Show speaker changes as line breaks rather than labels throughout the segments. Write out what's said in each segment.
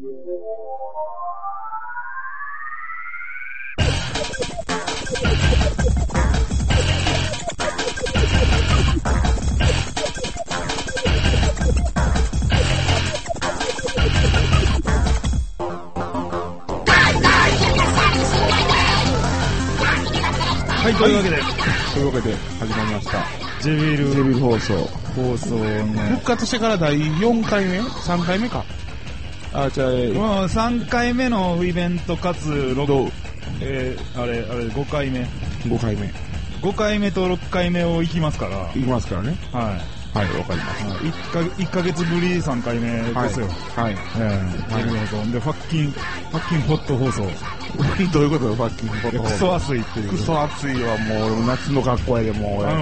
はい、というわけで始まりました。
ジェビル放送
ね。
復活してから第4回目 ?3 回目か。あ、じゃあ、
もう3回目のイベントかつ5回目。
5回目。
5回目と6回目を行きますから。
行きますからね。
はい。
はい、わかります。
1ヶ月ぶり3回目ですよ。
はい。
ジェビル放送。で、ファッキンホット放送。
どういうことファッキンホット放送。
クソ暑いっていう。
クソ暑いわ、もう夏の格好やで、もう。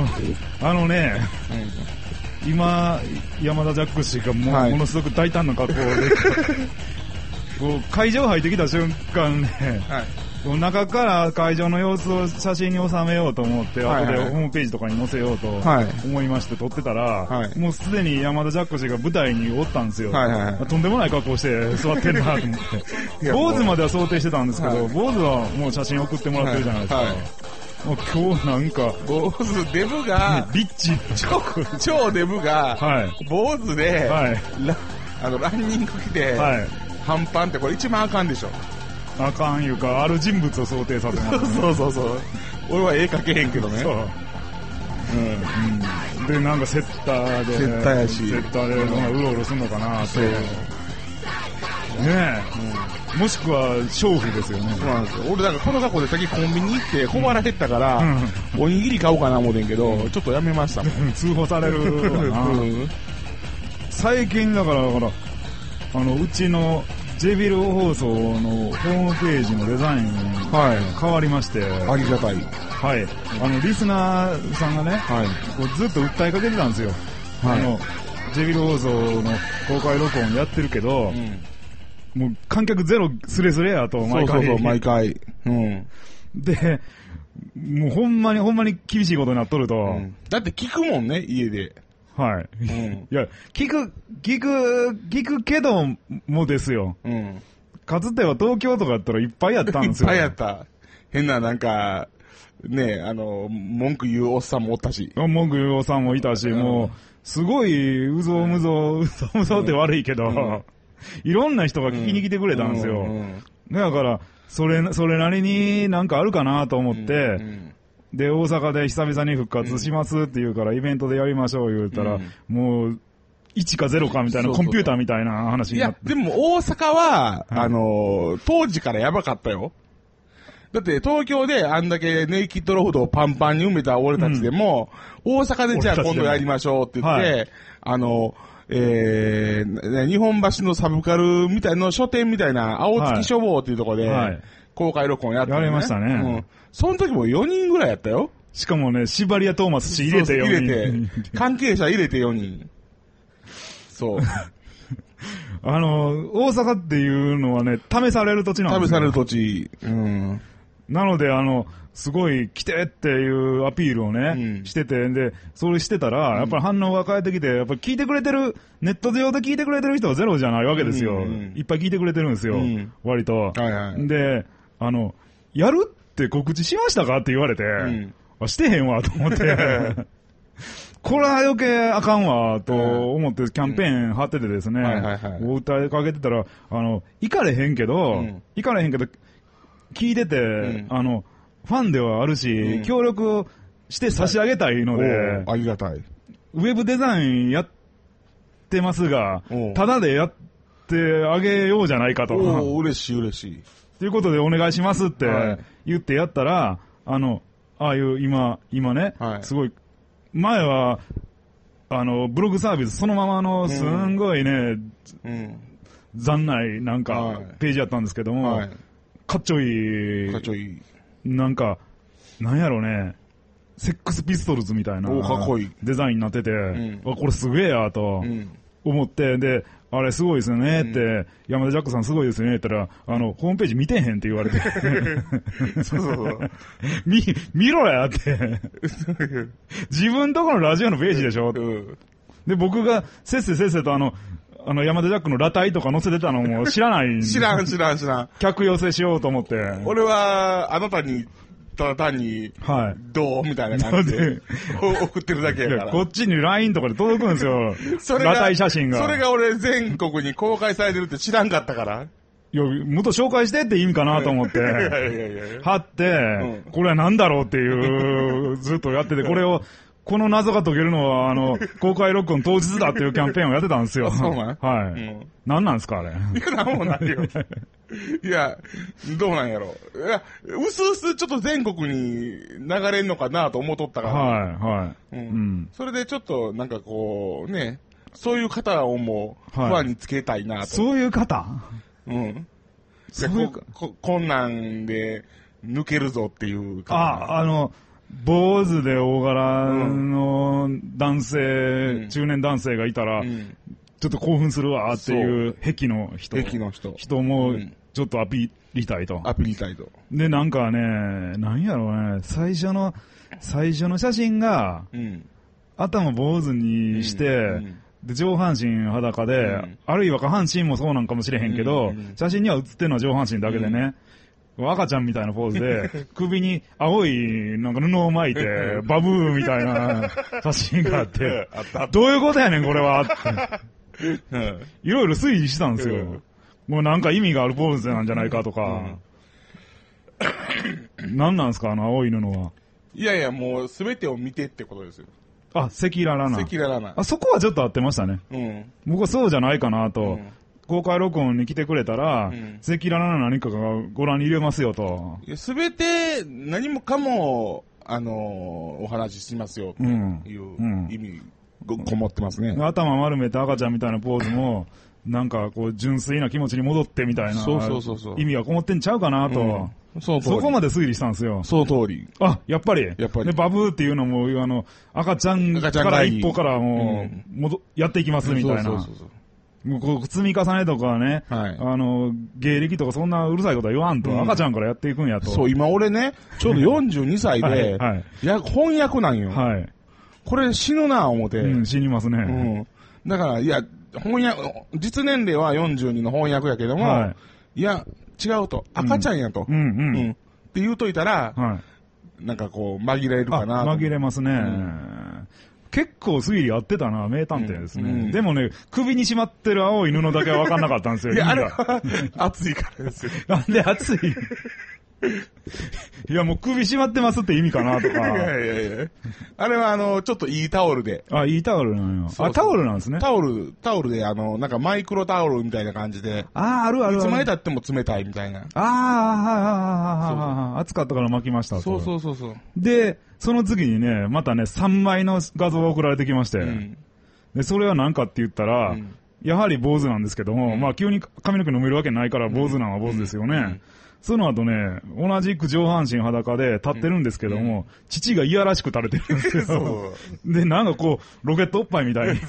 今、山田ジャック氏がものすごく大胆な格好で、こう会場入ってきた瞬間ね、中から会場の様子を写真に収めようと思って、後でホームページとかに載せようと思いまして撮ってたら、もうすでに山田ジャック氏が舞台におったんですよ。とんでもない格好して座ってんなと思って。坊主までは想定してたんですけど、坊主はもう写真送ってもらってるじゃないですか。もう今日なんか、
坊主デブが、
リッチ
超デブが、坊主で、ランニング着て、半パンってこれ一番あかんでしょ。
あかんいうか、ある人物を想定させます、
ね。そう。俺は絵描けへんけどね。そう。
で、なんかセッターで。
セッターやし。
セッターで、うろうろすんのかなって。ねえ。もしくは、娼婦ですよね。
そうなんですよ。俺、だからこの格好で先コンビニ行って小腹減ったから、おにぎり買おうかな思うてんけど、ちょっとやめましたもん。
通報されるわな。最近だから、うちの、ジェビル放送のホームページのデザイン変わりまして、
ありがたい。
はい。リスナーさんがね、こうずっと訴えかけてたんですよ。ジェビル放送の公開録音やってるけど、もう観客ゼロスレスレやと、毎回。
そう、毎回。
で、もうほんまに厳しいことになっとると。
だって聞くもんね、家で。
はい。いや、聞くけどもですよ。かつては東京とかやったらいっぱいやったんですよ。
いっぱいやった。変ななんか、ね、文句言うおっさんもおったし。
文句言うおっさんもいたし、もう、すごい、うぞうむぞって悪いけど、いろんな人が聞きに来てくれたんですよ。だから、それなりになんかあるかなと思って、で、大阪で久々に復活しますって言うから、イベントでやりましょう言うたら、もう、1か0かみたいな、コンピューターみたいな話になって。
いや、でも大阪は、当時からやばかったよ。だって東京であんだけネイキッドロフトをパンパンに埋めた俺たちでも、大阪でじゃあ今度やりましょうって言って、日本橋のサブカルみたいな書店みたいな、青月書房っていうところで、公開録音やってね。
やりましたね。
その時も4人ぐらいやったよ。
しかもね、シバリア・トーマス氏入れて4人。
入れて、関係者入れて4人。そう。
大阪っていうのはね、試される土地なんですよ。
試される土地。
なので、すごい来てっていうアピールをね、してて、で、それしてたら、やっぱり反応が返ってきて、やっぱり聞いてくれてる、ネット上で聞いてくれてる人はゼロじゃないわけですよ。いっぱい聞いてくれてるんですよ。割と。で、やるって告知しましたかって言われて、してへんわと思って、これは余計あかんわと思ってキャンペーン貼っててですね、訴えかけてたら、行かれへんけど、聞いてて、ファンではあるし、協力して差し上げたいので、
ありがたい。
ウェブデザインやってますが、ただでやってあげようじゃないかと。
嬉しい。
ということでお願いしますって言ってやったら、ああいう今ね、すごい、前は、ブログサービスそのままのすんごいね、残ないなんかページやったんですけども、かっちょいい。なんか、なんやろね、セックスピストルズみたいなデザインになってて、これすげえやと思って、で、あれすごいですよねって、山田ジャックさんすごいですよねって言ったら、ホームページ見てへんって言われて。
そう。
見ろやって。自分とこのラジオのページでしょ、で、僕がせっせと山田ジャックの裸体とか載せてたのも知らない
知らん。
客寄せしようと思って。
俺は、あなたに、ただ単に、
はい。
どうみたいな感じで、送ってるだけやから。
こっちに LINE とかで届くんですよ。裸体写真が。
それが俺全国に公開されてるって知らんかったから。
いや、もっと紹介してって意味かなと思って、貼って、これは何だろうっていう、ずっとやってて、この謎が解けるのは、公開録音当日だっていうキャンペーンをやってたんですよ。
そうなん
はい。何なんですか、あれ。い
や、なんもないよ。いや、どうなんやろ。いや、うすうすちょっと全国に流れんのかなと思っとったから。
はい。
それでちょっと、なんかこう、ね、そういう方をもう、不安につけたいなと。
そういう方
困難で抜けるぞっていう
方。坊主で大柄の男性、中年男性がいたら、ちょっと興奮するわっていう癖の人も、ちょっとアピりたいと。で、なんかね、なんやろうね、最初の写真が、頭坊主にして、で、上半身裸で、あるいは下半身もそうなんかもしれへんけど、写真には写ってるのは上半身だけでね、赤ちゃんみたいなポーズで、首に青いなんか布を巻いて、バブーみたいな写真があって、どういうことやねんこれはって。いろいろ推理したんですよ。もうなんか意味があるポーズなんじゃないかとか。何なんですか青い布は。
いやいや、もうすべてを見てってことですよ。
赤裸々な。
赤裸々な。
そこはちょっと合ってましたね。僕はそうじゃないかなと。公開録音に来てくれたら、赤裸々な何かがご覧に入れますよと。
すべて何もかも、お話ししますよ、という意味、こもってますね。
頭丸めて赤ちゃんみたいなポーズも、なんかこう純粋な気持ちに戻ってみたいな。意味がこもってんちゃうかなと。そこまで推理したんですよ。
その通り。
やっぱり。で、バブーっていうのも、赤ちゃんから一歩からもう、やっていきますみたいな。もうこう積み重ねとかね、芸歴とかそんなうるさいことは言わんと、赤ちゃんからやっていくんやと。
そう、今俺ね、ちょうど42歳で、翻訳なんよ。これ死ぬな、思て。
死にますね。
だから、いや、実年齢は42の翻訳やけども、いや、違うと。赤ちゃんやと。って言うといたら、なんかこう、紛れるかな。
紛れますね。結構推理合ってたな、名探偵ですね。でもね、首にしまってる青い布だけは分かんなかったんですよ。
いや、あれは、熱いからですよ。
なんで熱いいや、もう首しまってますって意味かなとか。い
や。あれはちょっといいタオルで。
いいタオルなんよ。タオルなんですね。
タオルでなんかマイクロタオルみたいな感じで。
ある。
いつまで経っても冷たいみたいな。
暑かったから巻きました。
そう。
で、その次にね、またね、3枚の画像が送られてきまして。で、それは何かって言ったら、やはり坊主なんですけども、まあ急に髪の毛飲めるわけないから坊主なんは坊主ですよね。その後ね、同じく上半身裸で立ってるんですけども、父がいやらしく垂れてるんですよ。で、なんかこう、ロケットおっぱいみたいに。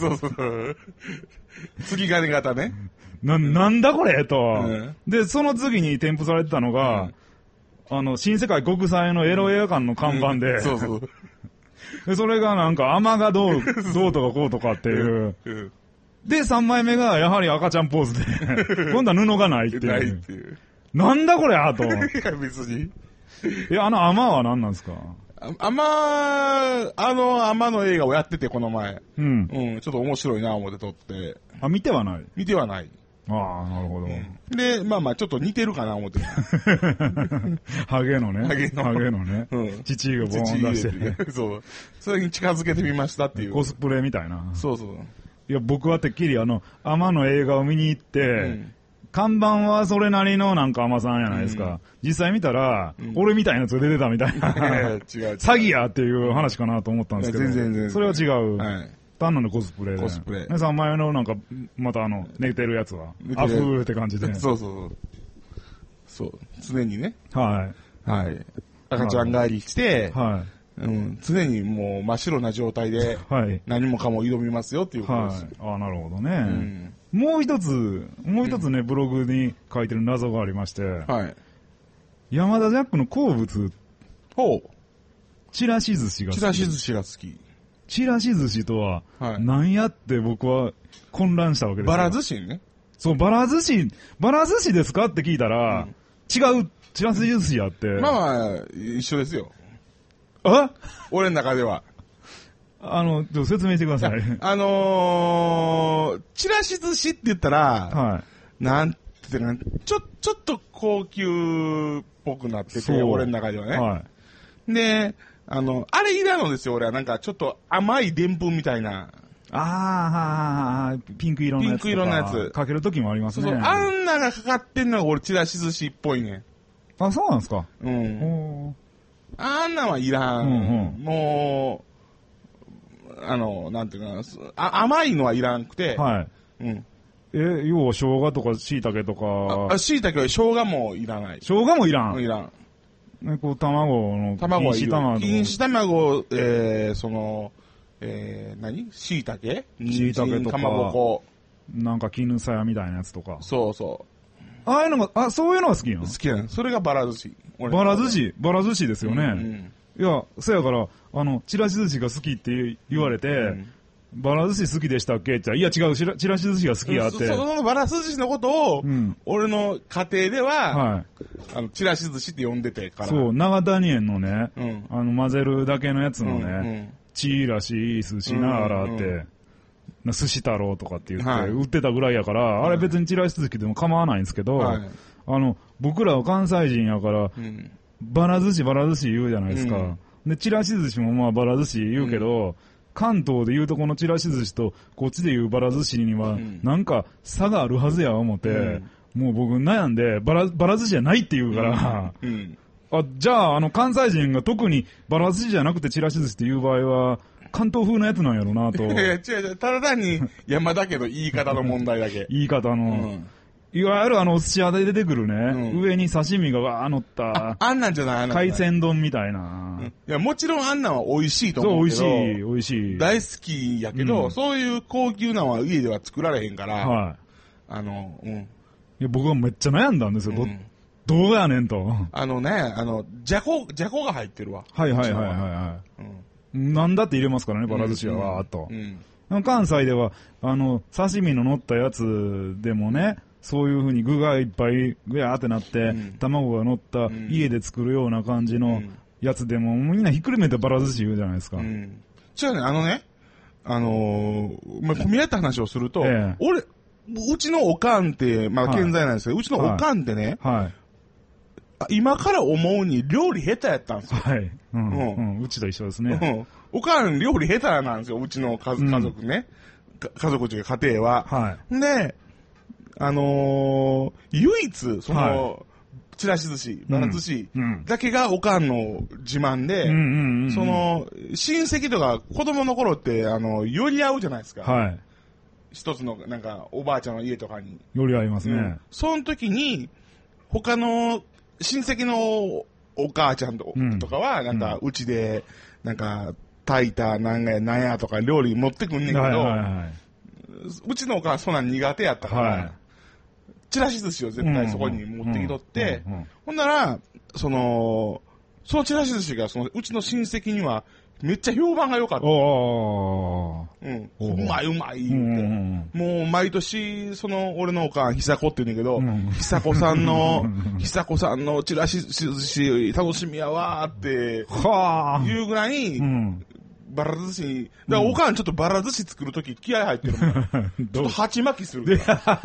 継金型ね。
なんだこれと。で、その次に添付されてたのが、新世界国際のエロ映画館の看板で、で、それがなんか、甘がどうとかこうとかっていう。で、3枚目がやはり赤ちゃんポーズで、今度は布がないっていう。なんだこれと。いや、
別に。
甘は何なんですか？
甘の映画をやってて、この前。ちょっと面白いな、思って撮って。
見てはない。
見てはない。
なるほど。
で、まあ、ちょっと似てるかな、思って。
ハゲのね。父がボーン出して。
そう。それに近づけてみましたっていう。
コスプレみたいな。
そう。
いや、僕はてっきり甘の映画を見に行って、看板はそれなりのなんか甘さんやないですか。実際見たら、俺みたいなやつが出てたみたいな。
違う。
詐欺やっていう話かなと思ったんですけど。
全然。
それは違う。単なるコスプレで。3枚目のなんか、また寝てるやつは、アフーって感じで。
そう。常にね。
はい。
赤ちゃん帰りして、常にもう真っ白な状態で、何もかも挑みますよっていうことです。
なるほどね。もう一つね、ブログに書いてる謎がありまして、山田ジャックの好物、ちらし寿司が好き。
ちらし寿司が好き。
ちらし寿司とは、
はい
何やって僕は混乱したわけですよ。
バラ寿司ね。
そう、バラ寿司ですかって聞いたら、違う、ちらし寿司やって。
まあまあ、一緒ですよ。
あ
俺の中では。
ちょっと説明してください。
ちらし寿司って言ったら、
はい。
なんて言うのちょっと高級っぽくなってて、俺の中ではね。
はい。
で、あれいらんのですよ、俺は。なんかちょっと甘いでんぷんみたいな。
ピンク色のやつとか。
ピンク色のやつ。
かけるときもありますね。
そう、あんながかかってんのが俺、ちらし寿司っぽいね。
あ、そうなんですか。
うん。あんなんはいらん。
うんうん、
もう、なんていうかな、甘いのはいらんくて。
はい。うん。要は生姜とか椎茸とか。
椎茸は生姜もいらない。
生姜もいらん。
いらん。
こう、卵
はいる。錦糸卵、椎茸
椎茸とか。
かまぼこ。
なんか絹さやみたいなやつとか。
そうそう。
ああいうのが、そういうのが好きなの？
好きなの。それがバラ寿司。
バラ寿司ですよね。いや、そやから、ちらし寿司が好きって言われて、バラ寿司好きでしたっけって言ったら、いや違う、ちらし寿司が好きやって。
そのバラ寿司のことを、俺の家庭では、ちらし寿司って呼んでてから。
そう、長谷園のね、混ぜるだけのやつのね、ちらし寿司ならって、寿司太郎とかって言って、売ってたぐらいやから、あれ別にちらし寿司でも構わないんですけど、僕らは関西人やから、バラ寿司言うじゃないですか。で、ちらし寿司もまあバラ寿司言うけど、関東で言うとこのちらし寿司と、こっちで言うバラ寿司には、なんか差があるはずや思って、もう僕悩んで、バラ寿司じゃないって言うから、じゃあ、関西人が特にバラ寿司じゃなくてちらし寿司って言う場合は、関東風のやつなんやろなと。
いや、違う、ただ単に山だけど言い方の問題だけ。
言い方の。いわゆるお寿司屋で出てくるね、上に刺身がわー乗った、
あんなんじゃない
海鮮丼みたいな。
いや、もちろんあんなんは美味しいと思うけど。
そう、美味しい。
大好きやけど、そういう高級なのは家では作られへんから。
はい。いや、僕はめっちゃ悩んだんですよ。どうやねんと。
じゃこが入ってるわ。
はい。なんだって入れますからね、バラ寿司はわーっと。関西では、刺身の乗ったやつでもね、そういう風に具がいっぱいぐやーってなって、卵が乗った家で作るような感じのやつでも、みんなひっくるめてバラ寿司言うじゃないですか。
違うね、込み合った話をすると、うちのおかんって、まあ健在なんですけど、うちのおかんってね、今から思うに料理下手やったんですよ。
はい。うちと一緒ですね。
おかん料理下手なんですよ、うちの家族ね。家族というか家庭は。で、唯一、ちらし寿司、バラ寿司だけがおかんの自慢で、親戚とか子供の頃って、寄り合うじゃないですか。はい。一つの、なんか、おばあちゃんの家とかに。
寄り合いますね。
その時に、他の親戚のお母ちゃんとかは、なんか、うちで、なんか、炊いたなんやとか料理持ってくんねんけど、うちのお母はそんなん苦手やったから、ちらし寿司を絶対そこに持ってきとって、ほんなら、そのちらし寿司がうちの親戚にはめっちゃ評判が良かった。うまい言うて。もう毎年、俺のおかん、久子って言うんだけど、久子さんのちらし寿司楽しみやわーって、言うぐらい、バラ寿司、だからおかんちょっとバラ寿司作るとき気合入ってるもん。ちょっと鉢巻きする。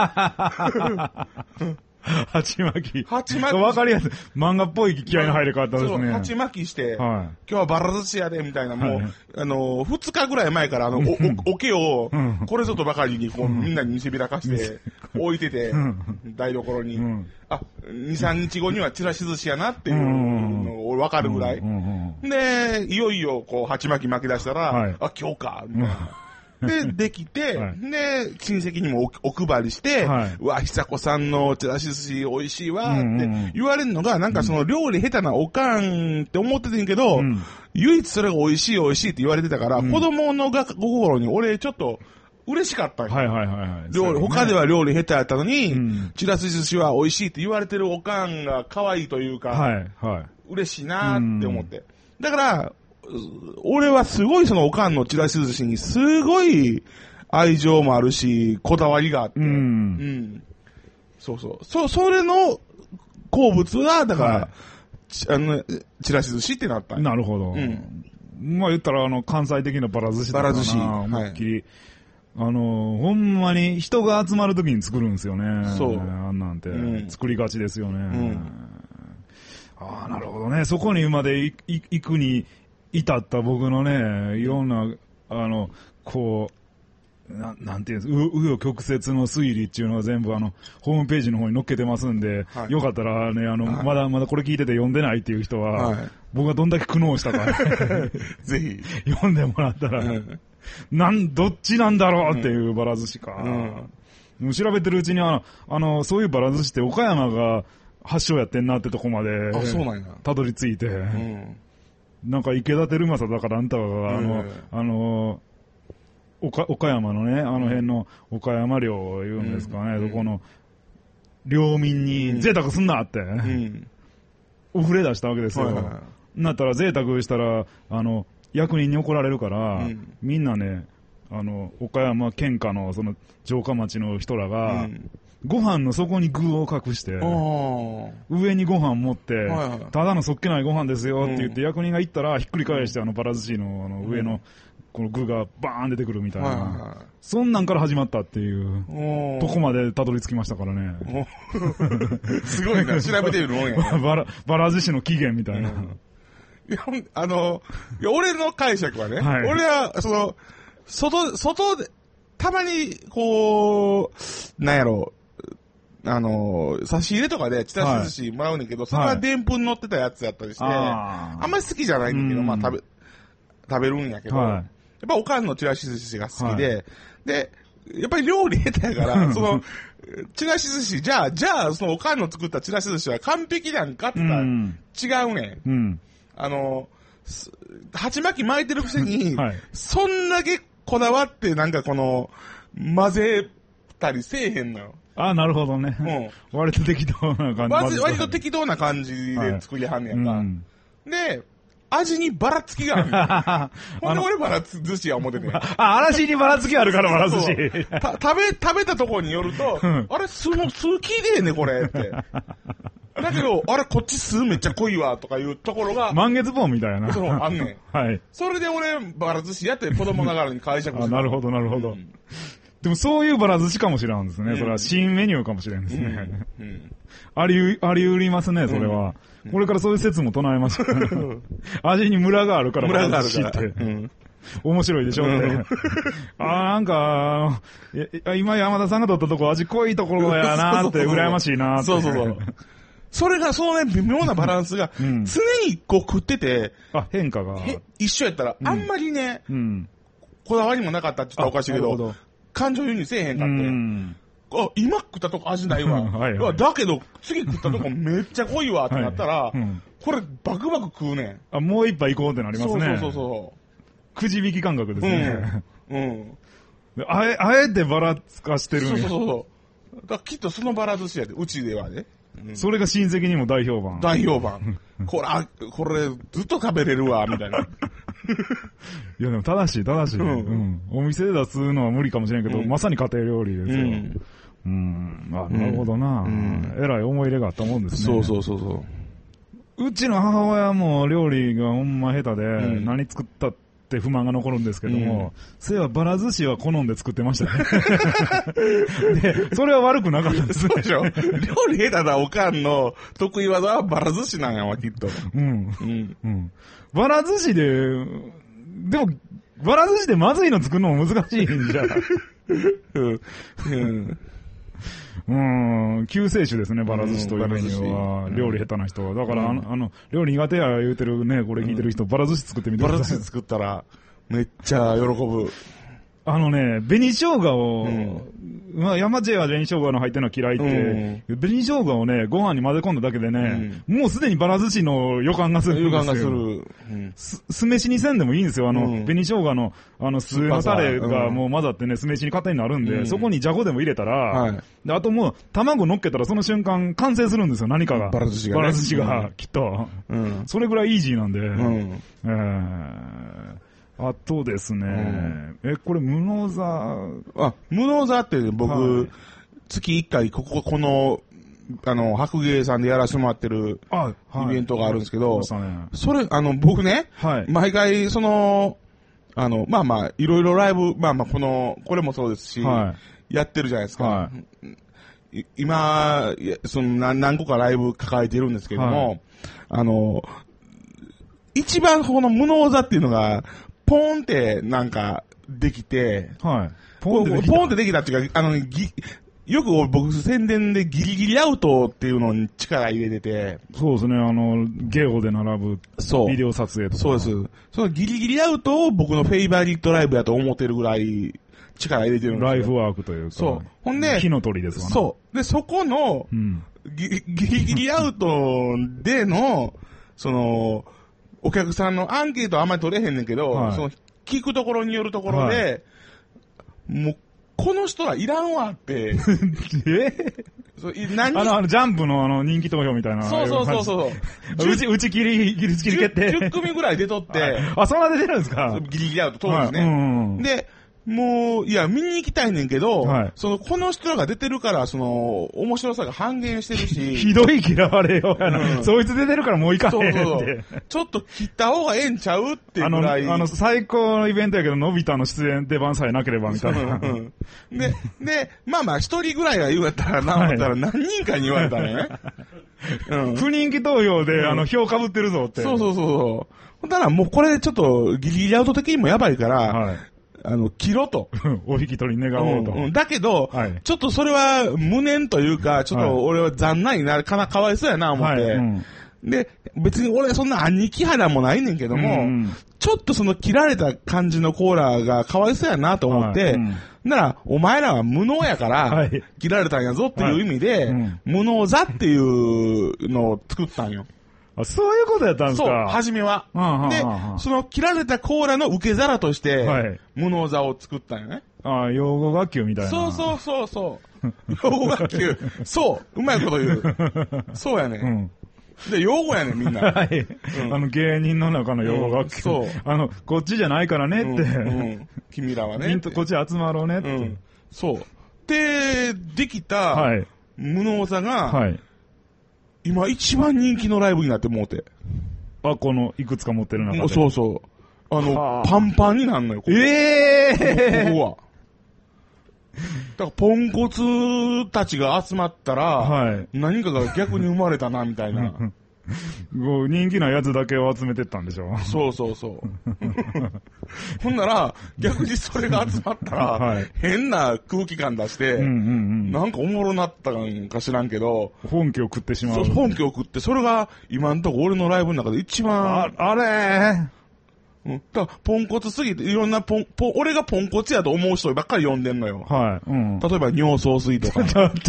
鉢巻き。
鉢巻き。
わかりやすい。漫画っぽい気合の入り方ですね。そう、
鉢巻きして、今日はバラ寿司やで、みたいな、もう、2日ぐらい前から桶を、これぞとばかりに、みんなに見せびらかして、置いてて、台所に。2、3日後にはちらし寿司やなっていうのをわかるぐらい。で、いよいよ、鉢巻き巻き出したら、今日か、みたいな。で、できて、で、親戚にもお配りして、うわ、久子さんのちらし寿司美味しいわ、って言われるのが、なんか料理下手なおかんって思っててんけど、唯一それが美味しいって言われてたから、子供の心に俺ちょっと、嬉しかったんよ。他では料理下手やったのに、ちらし寿司は美味しいって言われてるおかんが可愛いというか、嬉しいなって思って。だから、 俺はすごいそのおかんのちらし寿司にすごい愛情もあるし、こだわりがあって。そうそう。それの好物が、だから、ちらし寿司ってなったんや。
なるほど。まあ言ったら関西的なバラ寿司だからな。バラ寿司。思いっきり。ほんまに人が集まるときに作るんですよね。そう。あんなんて、作りがちですよね。ああ、なるほどね。そこにまで行くに至った僕のね、いろんな、こう、なんていうんですか、紆余曲折の推理っていうのは全部ホームページの方に載っけてますんで、よかったらね、まだこれ聞いてて読んでないっていう人は、僕がどんだけ苦悩したか、
ぜひ、
読んでもらったら、どっちなんだろうっていうバラ寿司か。調べてるうちにそういうバラ寿司って岡山が発祥やってんなってとこまで、たどり着いて、なんか池田輝正だからあんたが、岡山のね、辺の岡山寮を言うんですかね、そこの、領民に贅沢すんなって、お触れ出したわけですよ。なったら贅沢したら、役人に怒られるから、みんなね、岡山県下のその城下町の人らが、ご飯の底に具を隠して、上にご飯持って、ただのそっけないご飯ですよって言って、役人が行ったらひっくり返してバラ寿司の上のこの具がバーン出てくるみたいな、そんなんから始まったっていうとこまでたどり着きましたからね。
すごいな、調べてみるもんや。
バラ寿司の起源みたいな。
いや、俺の解釈はね、俺は、外で、たまに、こう、なんやろ、差し入れとかで、ちらし寿司もらうねんけど、それはでんぷん乗ってたやつやったりして、あんまり好きじゃないんだけど、まあ食べるんやけど、やっぱおかんのちらし寿司が好きで、で、やっぱり料理下手やから、ちらし寿司、じゃあ、そのおかんの作ったちらし寿司は完璧なんかって言ったら違うねん。鉢巻き巻いてるくせに、そんだけこだわってなんか混ぜたりせえへんのよ。
ああ、なるほどね。割と適当な感じ。
割と適当な感じで作りはんねやんか。で、味にばらつきがある。ほんで俺ばら寿司や思ってね。
嵐にばらつきあるからばら寿司。
食べたところによると、あれ、酢きれいね、これって。だけど、あれ、こっち酢めっちゃ濃いわ、とかいうところが。
満月本みたいな。
そう、あんねん。それで俺、ばら寿司やって子供ながらに解釈して。
なるほど、なるほど。でもそういうばら寿司かもしれんですね。それは新メニューかもしれんですね。あり得りますね、それは。これからそういう説も唱えましょう。味にムラがあるからばら寿司って。面白いでしょって。なんか、今山田さんが取ったとこ味濃いところやなって、羨ましいなって。そう。
それが、そのね、微妙なバランスが、常にこう食ってて、
変化が。
一緒やったら、あんまりね、こだわりもなかったって言ったらおかしいけど、感情輸入せえへんかって、今食ったとこ味ないわ。だけど、次食ったとこめっちゃ濃いわってなったら、これバクバク食うね
ん。もう一杯行こうってなりますね。
そう。
くじ引き感覚ですね。あえてばらつかしてるんや。
そう。だからきっとそのばら寿司やで、うちではね。
それが親戚にも大評判。
大評判。これ、ずっと食べれるわ、みたいな。
いやでも正しい。お店で出すのは無理かもしれんけど、まさに家庭料理ですよ。なるほどな。えらい思い入れがあったもんですね。
そう。
うちの母親も料理がほんま下手で、何作ったって不満が残るんですけども、そういえばばら寿司は好んで作ってましたね。で、それは悪くなかったですね。
そうでしょ。料理下手なおかんの得意技はばら寿司なんやわ、きっと。
ばら寿司で、でも、ばら寿司でまずいの作るのも難しいんじゃ。救世主ですね、ばら寿司というメニューは。料理下手な人は。だから、料理苦手や言うてるね、これ聞いてる人、ばら寿司作ってみてください。
ばら寿司作ったら、めっちゃ喜ぶ。
紅生姜を、まあ、山地は紅生姜の入ってるのは嫌いって、紅生姜をね、ご飯に混ぜ込んだだけでね、もうすでにばら寿司の予感がするんですよ。予感がする。酢飯にせんでもいいんですよ。紅生姜の、酢のタレがもう混ざってね、酢飯に勝手になるんで、そこにじゃこでも入れたら、で、あともう、卵乗っけたらその瞬間完成するんですよ、何かが。
ばら寿司が、ね。
ばら寿司が、きっと。それぐらいイージーなんで。あとですね、これ、無能座。
無能座って僕、月1回、この、白芸さんでやらせてもらってる、イベントがあるんですけど、それ、僕ね、毎回、まあまあ、いろいろライブ、まあまあ、これもそうですし、やってるじゃないですか。今、何個かライブ抱えてるんですけども、一番この無能座っていうのが、ポーンってなんかできて、ポーンってできたっていうか、よく僕宣伝でギリギリアウトっていうのに力入れてて。
そうですね、ゲオで並ぶビデオ撮影とか。
そうです。そのギリギリアウトを僕のフェイバリットライブやと思ってるぐらい力入れてるんですよ。
ライフワークというか。
そう。ほんで、
火の鳥ですわね。
そう。で、そこの、ギリギリアウトでの、お客さんのアンケートはあんまり取れへんねんけど、聞くところによるところで、もう、この人らいらんわって。
ジャンプの人気投票みたいな。
そう。
打ち切り決定。
10組ぐらい出とって。
そんな出てるんですか？
ギリギリアウト当時ね。で、もう、いや、見に行きたいねんけど、この人らが出てるから、面白さが半減してるし。
ひどい嫌われようやな。そいつ出てるからもう行かへんって。
ちょっと切った方がええんちゃうってぐらい。
最高のイベントやけど、のび太の出演出番さえなければみたいな。
で、まあまあ、一人ぐらいが言われたらな、思ったら何人かに言われたね。
不人気投票で、票被ってるぞって。
そう。ほんだらもうこれちょっとギリギリアウト的にもやばいから、切ろと。
お引き取り願おうと。
だけど、ちょっとそれは無念というか、ちょっと俺は残念になるかわいそうやな、思って。で、別に俺そんな兄貴肌もないねんけども、ちょっと切られた感じのコーラがかわいそうやなと思って、なら、お前らは無能やから、切られたんやぞっていう意味で、無能座っていうのを作ったんよ。
そういうことやったんですか？
そう、初めは。で、切られたコーラの受け皿として、無能座を作ったんよね。
養護学級みたいな。
そう。養護学級。そう、うまいこと言う。そうやね。で、養護やねん、みんな。
芸人の中の養護学級。そう。こっちじゃないからねって。
君らはね。
こっち集まろうねって。
そう。で、できた、無能座が、今一番人気のライブになってもうて。
このいくつか持ってる中で。
そう。パンパンになんのよ、ここ。ここは。だからポンコツたちが集まったら、何かが逆に生まれたな、みたいな。
人気なやつだけを集めてったんでしょ？
そう。ほんなら、逆にそれが集まったら、変な空気感出して、なんかおもろなったんか知らんけど、
本気を食ってしまう。
本気を食って、それが今んとこ俺のライブの中で一番、
あれ
だからポンコツすぎて、いろんな俺がポンコツやと思う人ばっかり呼んでんのよ。例えば尿総水とか。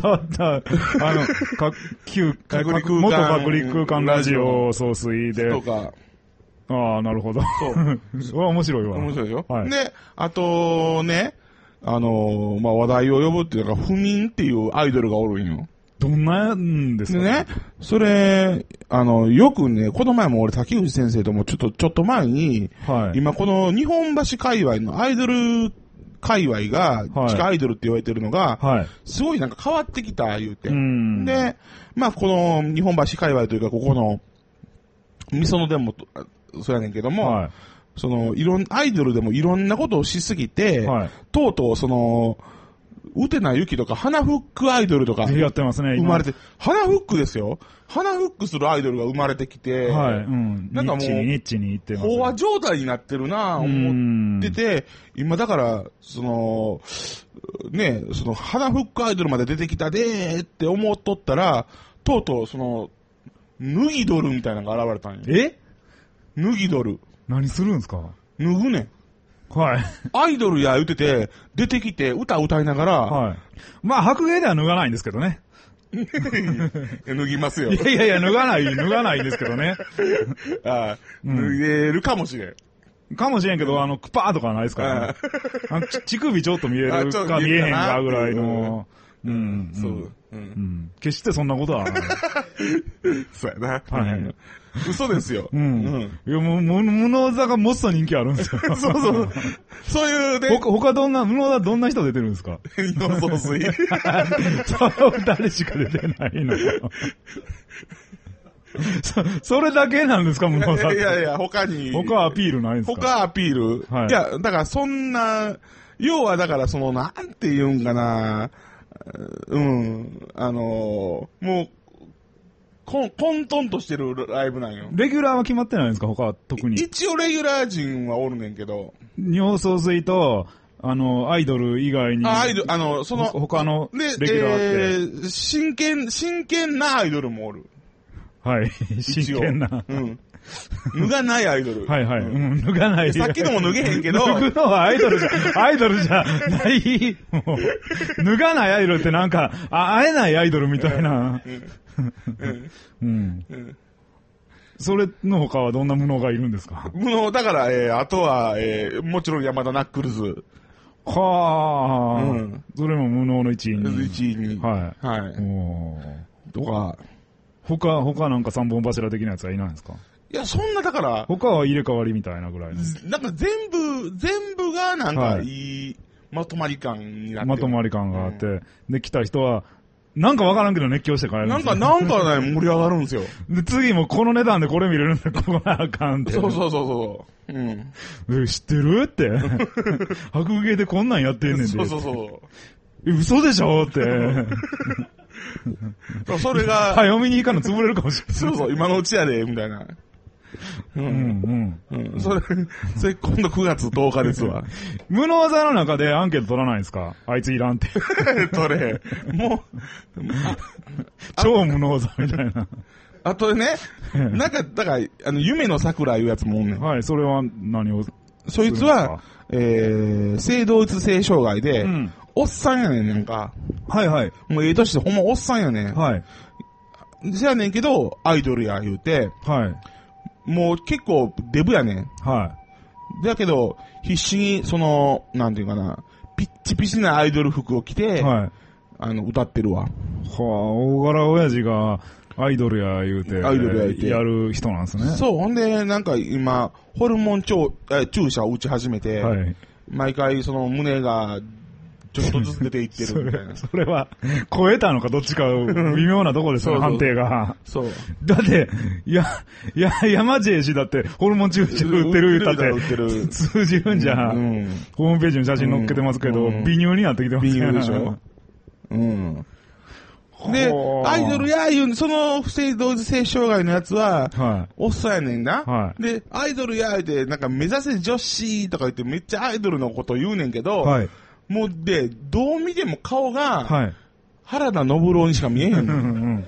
元隔離空間ラジオ総水で。とか。
なるほど。そう。面白いわ。
面白いよ。で、あとね、話題を呼ぶっていうか、不眠っていうアイドルがおるんよ。
どんなんですか
ね。それ、よくね、この前も俺竹内先生ともちょっと前に、今この日本橋界隈のアイドル界隈が、地下アイドルって言われてるのが、すごいなんか変わってきた言うて。で、まあこの日本橋界隈というか、ここの、みそのでも、そうやねんけども、アイドルでもいろんなことをしすぎて、とうとうウテナユキとか、花フックアイドルとか、
やってますね、
生まれて、花フックですよ。花フックするアイドルが生まれてきて、
なんかもう、ニッチに行ってます。
飽和状態になってるなぁ、思ってて、今だから、花フックアイドルまで出てきたでーって思っとったら、とうとう、脱ぎドルみたいなのが現れたんよ。
脱
ぎドル。
何するんすか？
脱ぐねん。
はい。
アイドルや言ってて、出てきて歌歌いながら、
はい。まあ、白芸では脱がないんですけどね。
脱ぎますよ。
いや、脱がないんですけどね。
ああ、脱げるかもしれん。
かもしれんけど、クパーとかはないですからね。乳首ちょっと見えるか見えへんかぐらいの。そう。決してそんなことはない。
そうやな。
はい。
嘘ですよ。
いや、もう、無能座がもっと人気あるんですよ。
そう。そういうね。
他無能座どんな人出てるんですか？
尿素水。
そう二人しか出てないの。それだけなんですか、無能座って。
いや、他に。
他アピールないんですか？
他アピール。はい。いや、だからそんな、要はだからなんて言うんかな。もう、混沌としてるライブなんよ。
レギュラーは決まってないんですか？他は特に。
一応レギュラー陣はおるねんけど。
尿素水と、アイドル以外に。
アイドル、
他のレギュラーって。
真剣なアイドルもおる。
はい。真剣な。
脱がないアイドル。
はい。脱がない。
さっきのも脱げへんけど。
脱ぐのはアイドルじゃない。もう、脱がないアイドルってなんか、会えないアイドルみたいな。それの他はどんな無能がいるんですか？
無能、だから、あとは、もちろん山田ナックルズ。
はあ。それも無能の一位に。
一位に。
はい。
はい。とか。
他なんか三本柱的なやつはいないんですか？
いや、そんなだから。
他は入れ替わりみたいなぐらいの。
なんか全部がなんかいいまとまり感になってる。
まとまり感があって。で、来た人は、なんかわからんけど熱狂して帰るんですよ。
なんかね、盛り上がるんですよ。
で、次もこの値段でこれ見れるんで、ここなあかんって。
そう。
知ってるって。白芸でこんなんやってんねんで。
そう。
嘘でしょって。
それが。
はい、読みに行かんの潰れるかもしれない。
そう、今のうちやで、みたいな。それ今度9月10日ですわ。
無能座の中でアンケート取らないんですか？あいついらんって。
取れ。もう、
超無能座みたいな。
あとね、なんか、だから、夢の桜いうやつもおんねん。
はい、それは何を？
そいつは、性同一性障害で、おっさんやねん、なんか。
はい。
もう年でほんまおっさんやねん。
はい。
せやねんけど、アイドルや言うて、
はい。
もう結構デブやねん。
はい。
だけど、必死に、なんていうかな、ピッチピチなアイドル服を着て、
はい。
歌ってるわ。は
あ、大柄親父がアイドルや言うて、やる人なんですね。
そう、ほんで、なんか今、ホルモン注射を打ち始めて、はい。毎回胸が、ちょっとずつ出ていってるみたいな。
それは、超えたのかどっちか微妙なとこですよ、判定が。
そう。
だって、山地氏だってホルモン注射売ってる言ったって通じるんじゃ、ホームページに写真載っけてますけど、微乳になってきてますね。
微乳でしょ。で、アイドルやいう、その不正同時性障害のやつは、おっさんやねんな。はい。で、アイドルやいうて、なんか目指せ女子とか言ってめっちゃアイドルのこと言うねんけど、はい。もうで、どう見ても顔が、はい。原田信郎にしか見えへん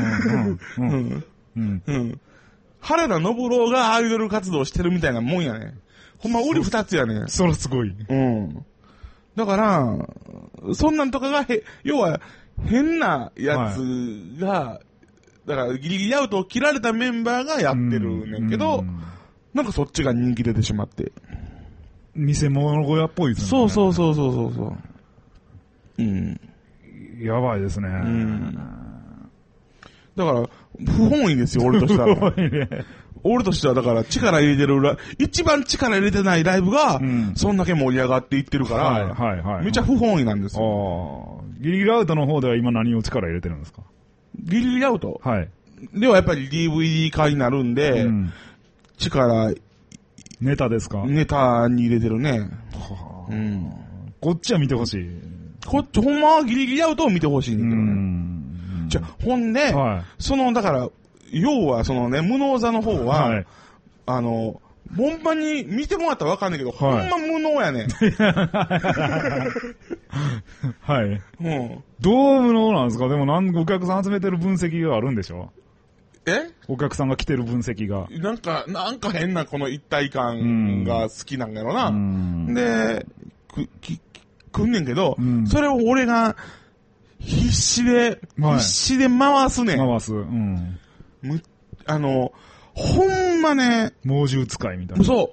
の。原田信郎がアイドル活動してるみたいなもんやねん。ほんま、俺二つやねん。
それすごい。
だから、そんなんとかが要は、変なやつが、だからギリギリアウトを切られたメンバーがやってるねんけど、なんかそっちが人気出てしまって。
偽物小屋っぽいです
ね。そう。
やばいですね。
だから、不本意ですよ、俺としたら。不本意ね。俺としてはだから力入れてる一番力入れてないライブが、そんだけ盛り上がっていってるから、めっちゃ不本意なんですよ。
ギリギリアウトの方では今何を力入れてるんですか？
ギリギリアウト？
はい。
ではやっぱり DVD 化になるんで、力、
ネタですか？
ネタに入れてるね。
こっちは見てほしい。
ほんまはギリギリアウトを見てほしいんだけどね。じゃ、ほんで、だから、要は無能座の方は、ほんまに見てもらったらわかんないけど、ほんま無能やねん。
はい。どう無能なんですか？でもお客さん集めてる分析があるんでしょ？ お客さんが来てる分析が。
なんか変なこの一体感が好きなんやろな。で、来んねんけど、それを俺が必死で回すねん。
回す。
ほんまね。
猛獣使いみたいな。
そう。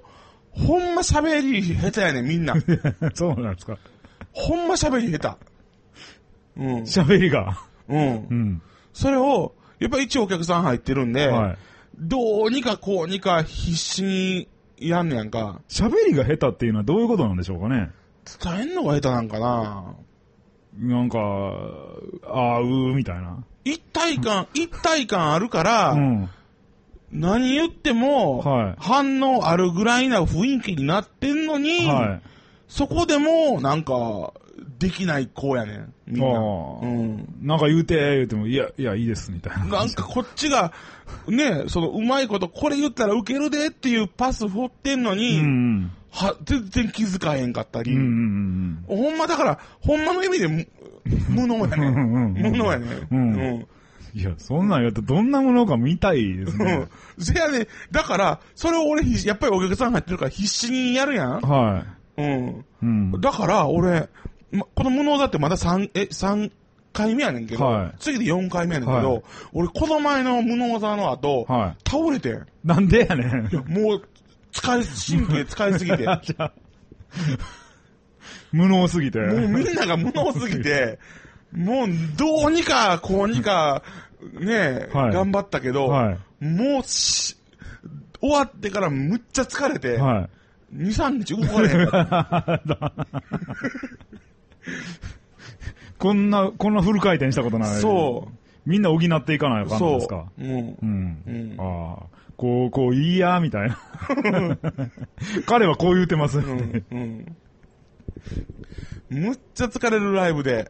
ほんま喋り下手やねん、みんな。
そうなんですか。
ほんま喋り下手。
喋りが。
それを、やっぱ一応お客さん入ってるんで、どうにかこうにか必死にやんねやんか。
喋りが下手っていうのはどういうことなんでしょうかね。
伝えんのが下手なんかな。
なんか、みたいな。
一体感あるから、何言っても、反応あるぐらいな雰囲気になってんのに、そこでも、なんか、できない子やねん。みんな。
なんか言うても、いや、いいです、みたいな。
なんかこっちが、ね、うまいこと、これ言ったらウケるでっていうパス振ってんのに、全然気づかへんかったり。ほんまだから、ほんまの意味で無能やね。無能やね。
いや、そんなんやったらどんなものか見たいですね。
せやね、だから、それを俺、やっぱりお客さん入ってるから必死にやるやん。だから、俺、この無能だってまだ3回目やねんけど、次で4回目やねんけど、俺、この前の無能座の後、倒れてん。
なんでやねん。
もう、神経使いすぎて。
無能すぎて。
もうみんなが無能すぎて、もう、どうにか、こうにか、ね、頑張ったけど、もう終わってからむっちゃ疲れて、2、3日動かれへんかった。
こんなフル回転したことない。
そう。
みんな補っていかない感じですか。こういいや、みたいな。彼はこう言うてます。
むっちゃ疲れるライブで。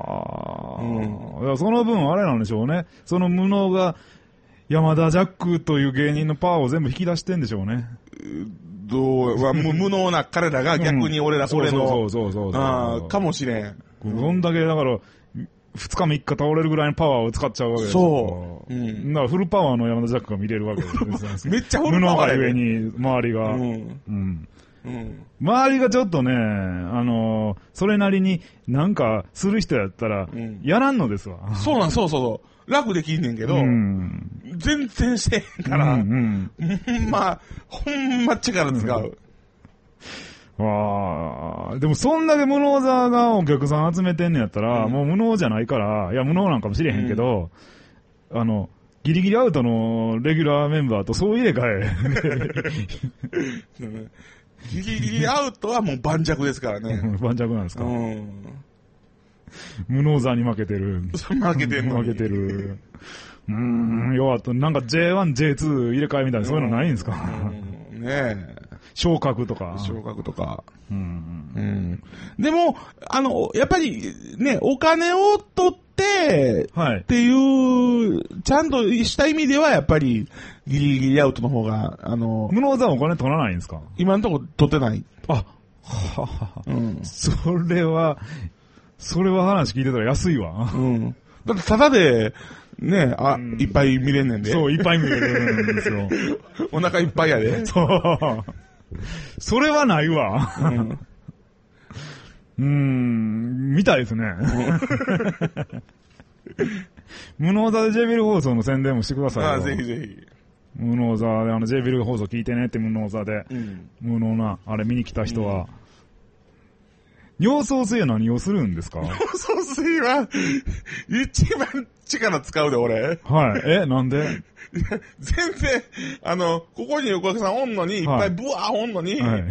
その分あれなんでしょうね。その無能が山田ジャックという芸人のパワーを全部引き出してんでしょうね。
無能な彼らが逆に俺の、かもしれん。
そんだけ、だから、2日3日倒れるぐらいのパワーを使っちゃうわけですよ。だからフルパワーの山田ジャックが見れるわけですよ。
めっちゃフルパワーや
無能が上に、周りが。周りがちょっとね、それなりになんかする人やったら、やらんのですわ。
そう。楽できんねんけど、全然してへんから、ほんま力使う。
でもそんだけ無能座がお客さん集めてんねやったら、もう無能じゃないから、いや無能なんかもしれへんけど、ギリギリアウトのレギュラーメンバーとそう入れ替え。
ギリギリアウトはもう盤石ですからね。
盤石なんですか。無能座に負けてる。
負けて
る。弱った。なんか J1、J2 入れ替えみたいなそういうのないんですか。
ねえ。
昇格とか。
でも、やっぱりね、お金を取って、っていう、ちゃんとした意味ではやっぱり、ギリギリアウトの方が、
無能座はお金取らないんですか？
今のところ取ってない。
それは話聞いてたら安いわ。
だってただで、ね、いっぱい見れんねんで。
そう、いっぱい見れるんですよ。
お腹いっぱいやで。
そう。それはないわ。みたいですね。無能座で J ビル放送の宣伝もしてくださいよ。
ぜひぜひ。
無能座でJ ビル放送聞いてねって無能座で。無能な、あれ見に来た人は。尿素水は何をするんですか？
尿素水は、一番力使うで、俺。
なんで？
全然、ここにお客さんおんのに、いっぱいブワーおんのに、全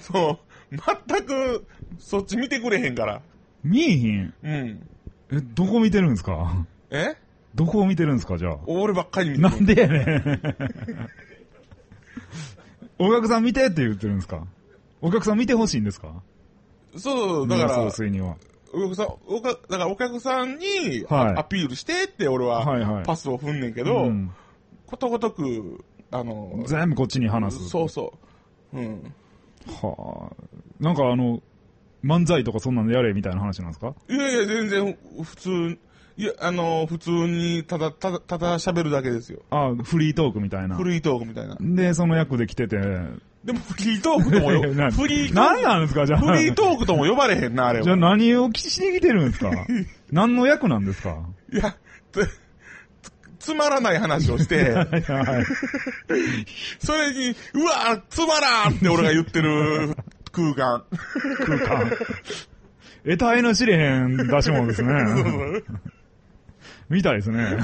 く、そっち見てくれへんから。
見えへん？どこ見てるんですか？どこを見てるんですか、じゃあ。
俺ばっかり見てる。
なんでやねん。お客さん見てって言ってるんですか？お客さん見てほしいんですか？
そう、だから、
お
客さんにアピールしてって俺はパスを踏んねんけど、ことごとく、
全部こっちに話す。
そう。
なんか漫才とかそんなのやれみたいな話なんですか？
いや、全然普通いや、普通に、ただ喋るだけですよ。
あ、フリートークみたいな。
フリートークみたいな。
で、その役で来てて。
でもフリートークとも
何なんですかじゃあ。
フリートークとも呼ばれへんな、あれは。
じゃあ何をしに来てるんですか何の役なんですか
いや、つまらない話をして、はい、それに、うわつまらんって俺が言ってる空間。
得体の知れへん出し物ですね。みたいですね。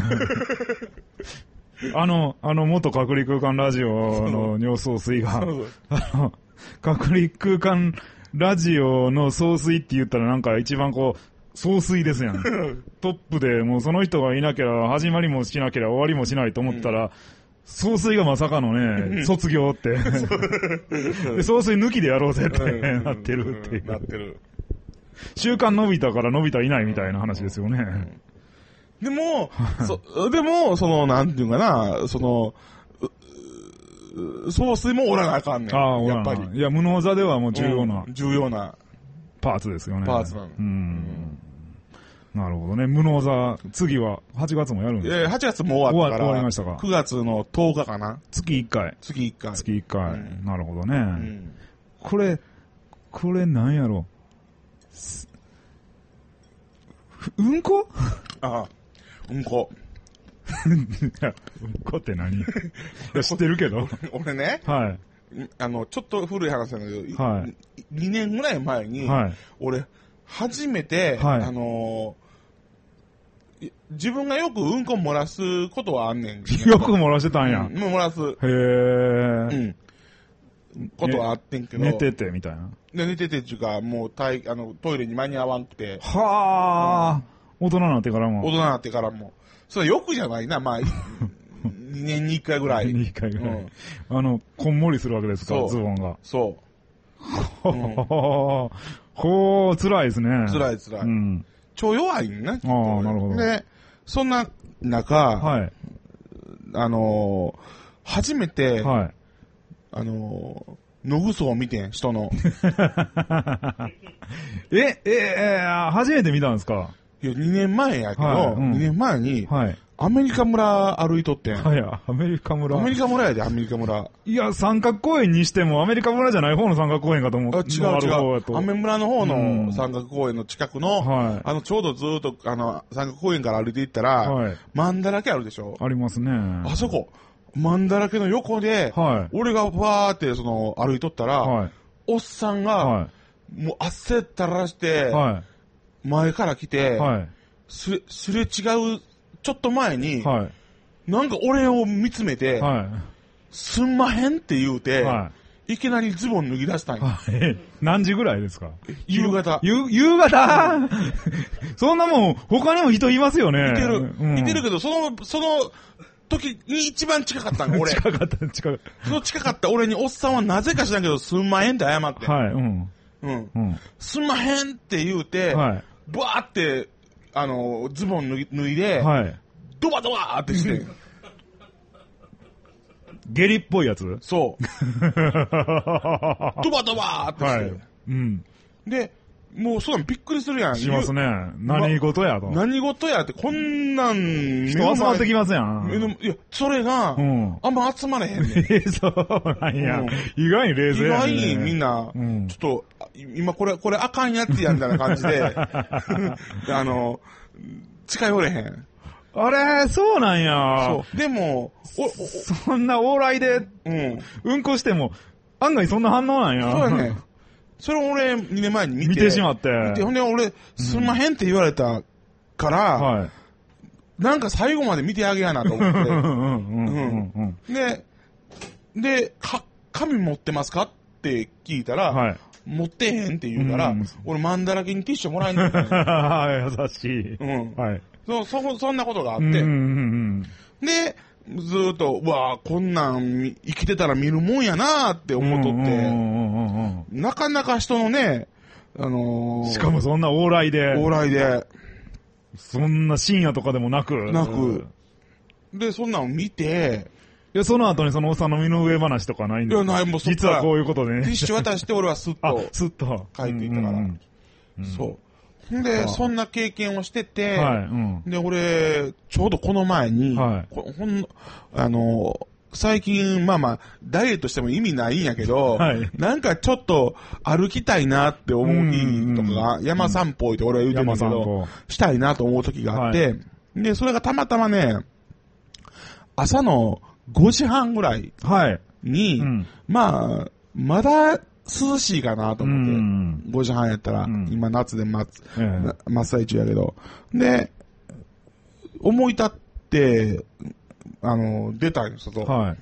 元隔離空間ラジオの尿総帥が、隔離空間ラジオの総帥って言ったらなんか一番こう、総帥ですやん。トップでもうその人がいなきゃ始まりもしなければ終わりもしないと思ったら、総帥がまさかのね、卒業って。で、総帥抜きでやろうぜってなってるっていう。
なってる。
週刊伸びたから伸びたいないみたいな話ですよね。
でも、なんていうかな、総帥もおらなあかんねん。やっぱり。
いや、無能座ではもう重要なパーツですよね。
パーツなの。
なるほどね。無能座、次は8月もやるんですか？
8月も終わったから。
終わりましたか。
9月の10日かな。
月1回。
月1回。
月1回。なるほどね。これなんやろ。うんこ？
ああ、うんこ。
うんこって何？いや、知ってるけど。
俺ね。
はい。
ちょっと古い話なんだけど、
はい。
2年ぐらい前に、
はい。
俺、初めて、
はい、
自分がよくうんこ漏らすことはあんねん。
よく漏らしてたんや。
漏らす。
へー。
ことはあってんけど。
寝ててみたいな。
寝ててっていうか、もうトイレに間に合わんくて。
はー。大人になってからも。
大人になってからも。それよくじゃないな、まあ、2年に1回ぐらい。
2年に1回ぐらい。こんもりするわけですか、ズボンが。
そう。
ほー、辛いですね。
辛い。超弱いんね。
ああ、なるほど。
で、そんな中、
はい。
初めて、
はい。
野ぐそを見てん、人の。
初めて見たんですか？
いや、2年前やけど、2年前に、アメリカ村歩いとってん。
はい、アメリカ村。
アメリカ村やで、アメリカ村。
いや、三角公園にしても、アメリカ村じゃない方の三角公園かと思う。
違う。アメ村の方の三角公園の近くの、ちょうどずっと、三角公園から歩いていったら、マンだらけあるでしょ？
ありますね。
あそこ、マンだらけの横で、俺がわーって歩いとったら、おっさんが、もう汗垂らして、前から来て、すれ違うちょっと前に、なんか俺を見つめて、すんまへんって言うて、いきなりズボン脱ぎ出したんや。
何時ぐらいですか？
夕方。
夕方そんなもん、他にも人いますよね。
いてるけど、その時に一番近かったん俺。
近かった。
その近かった俺におっさんはなぜか知らんけど、すんまへんって謝って。すんまへんって言うて、バーって、ズボン脱いで、ドバドバーってして。
下痢っぽいやつ？
そう。ドバドバーってして。で、もうそうびっくりするやん。
しますね。何事やと。
何事やって、こんなん、
人集まってきますやん。
いや、それが、あんま集まれへんねん。
そうなんや。意外に冷静やね。
意外にみんな、ちょっと、今これあかんやつやみたいな感じで、近寄れへん。
あれ、そうなんや。
そう。でも、
そんな往来で、うんこしても、案外そんな反応なんや。
そうやね。それを俺2年前に
見てしまって。
ほんで俺、すんまへんって言われたから、なんか最後まで見てあげやなと思って。で、紙持ってますかって聞いたら、持ってへんって言うから、俺マンだらけにティッシュもらえんの。
優しい。
そんなことがあって。で、ずーっと、うわぁ、こんなん生きてたら見るもんやなーって思っとって、なかなか人のね、
しかもそんな往来で。
そ
んな深夜とかでもなく。
で、そんなんを見て、
いや、その後にそのおっさんの身の上話とかないんですか？いや、ない、もう実はこういうことでね。
ティッシュ渡して俺はスッと。
スッと。
帰っていったから。そう。 で、そんな経験をしてて、
はい。
で、俺、ちょうどこの前に、
はい
最近、ダイエットしても意味ないんやけど、
はい、
なんかちょっと歩きたいなって思う日とかが、山散歩って俺は言うてるんだけど、したいなと思う時があって、で、それがたまたまね、朝の5時半ぐらいに、まだ涼しいかなと思って、5時半やったら、今夏で真っ最中やけど、で、思い立って、出たんよ、外。
はい。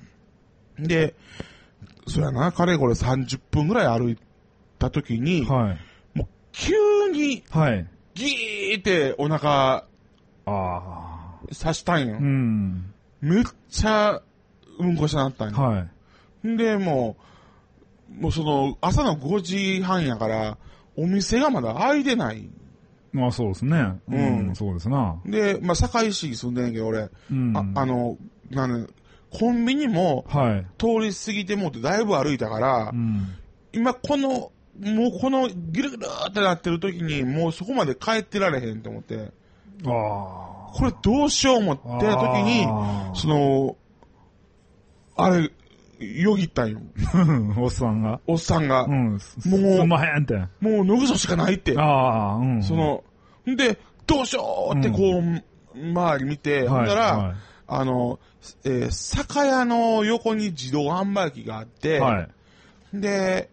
で、そやな、かれこれ30分ぐらい歩いたときに、
はい。
もう急に、
はい。
ギーってお腹、刺したんよ。めっちゃ、うんこしたなったんよ。
はい。
で、もうその、朝の5時半やから、お店がまだ開いてない。
まあそうですね。そうですな。
で、堺市に住んでんねんけど、俺、コンビニも、通り過ぎてもってだいぶ歩いたから、今もうこのギルギルってなってる時に、もうそこまで帰ってられへんと思って、これどうしよう思ってた時に、よぎったんよ。
おっさんが。
もう、
すんまへんって。
もう脱ぐぞしかないって。で、どうしようってこう、周り見て、ほんなら、酒屋の横に自動販売機があって、で、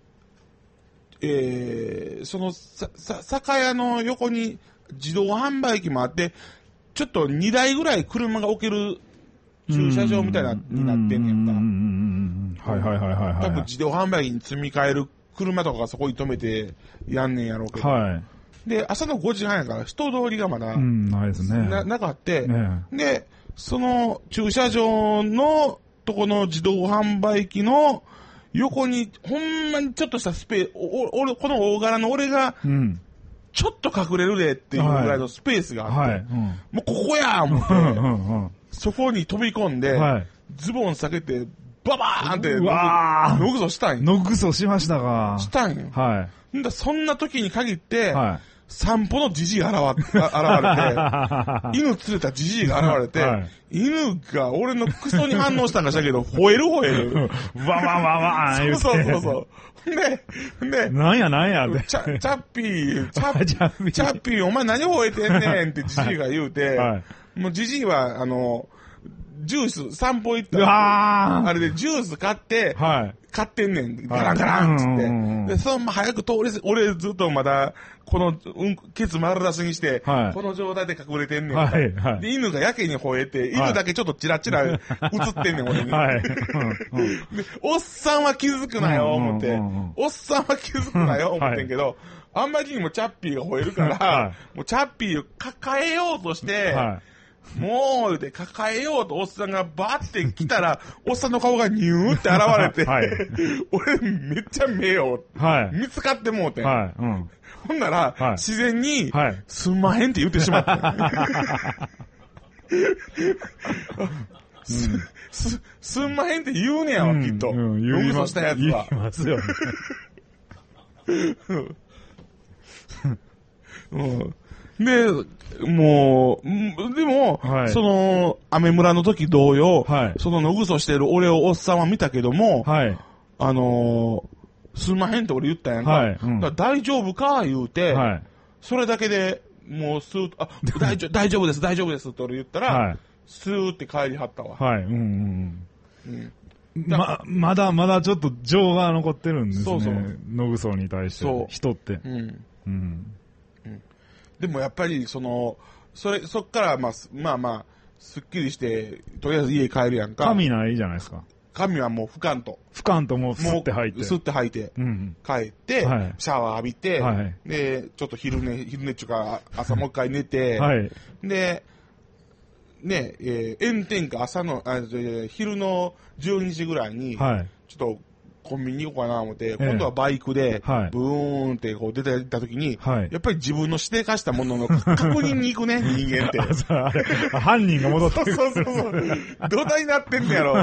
その酒屋の横に自動販売機もあって、ちょっと2台ぐらい車が置ける駐車場みたいになってんねんか。多分自動販売機に積み替える車とかがそこに止めてやんねんやろうけど。で、朝の5時半やから人通りがまだ、
ないですね。
なかって、で、その駐車場のとこの自動販売機の横に、ほんまにちょっとしたスペース、この大柄の俺が、ちょっと隠れるでっていうぐらいのスペースがあって、もうここや思って、そこに飛び込んで、ズボン下げて、ババーンって、ノグソしたんよ。
ノグソしましたか。
したんよ。そんな時に限って、散歩のジジイ現れて、犬連れたジジイが現れて、犬が俺のクソに反応したんかしたけど、吠える。
わー
そう。で、
なんやで。
チャッピー、お前何吠えてんねんってジジイが言うて、もうジジイは、ジュース、散歩行ったら、あれでジュース買って、買ってんねん。ガランガランっつって。で、そのまま早く俺ずっとまだ、この、ケツ丸出しにして、この状態で隠れてんねん。で、犬がやけに吠えて、犬だけちょっとチラチラ映ってんねん、俺に。で、おっさんは気づくなよ、思って。おっさんは気づくなよ、思ってんけど、あんまりにもチャッピーが吠えるから、もうチャッピーを抱えようとして、もう、で、抱えようとおっさんがバーって来たら、おっさんの顔がニューって現れて、俺めっちゃ目を、見つかってもうて。ほんなら、自然に、すんまへんって言ってしまった。すんまへんって言うねやわ、きっと。ノグソしたやつは。
言いますよ
ね。で、もその、アメ村の時同様、そのノグソしてる俺をおっさんは見たけども、すんまへんって俺言ったやんか。大丈夫か言うて、それだけで、もうスーッと、大丈夫ですって俺言ったら、スーって帰りはったわ。
まだちょっと情が残ってるんですね。ノグソに対して、人って。
でもやっぱり、そっからすっきりして、とりあえず家帰るやんか。
髪ないじゃないですか。
髪はもう吹かんと
もう吸って吐いて。
吸って吐いて、帰って、シャワー浴びて、で、ちょっと昼寝っていうか、朝もう一回寝て、で、炎天下、昼の12時ぐらいに、ちょっとコンビニ行こうかな思って、今度はバイクで、ブーンってこう出てた時に、やっぱり自分の指定化したものの確認に行くね、人間って。
犯人が戻ってくる。
そう。どないなってんねやろ。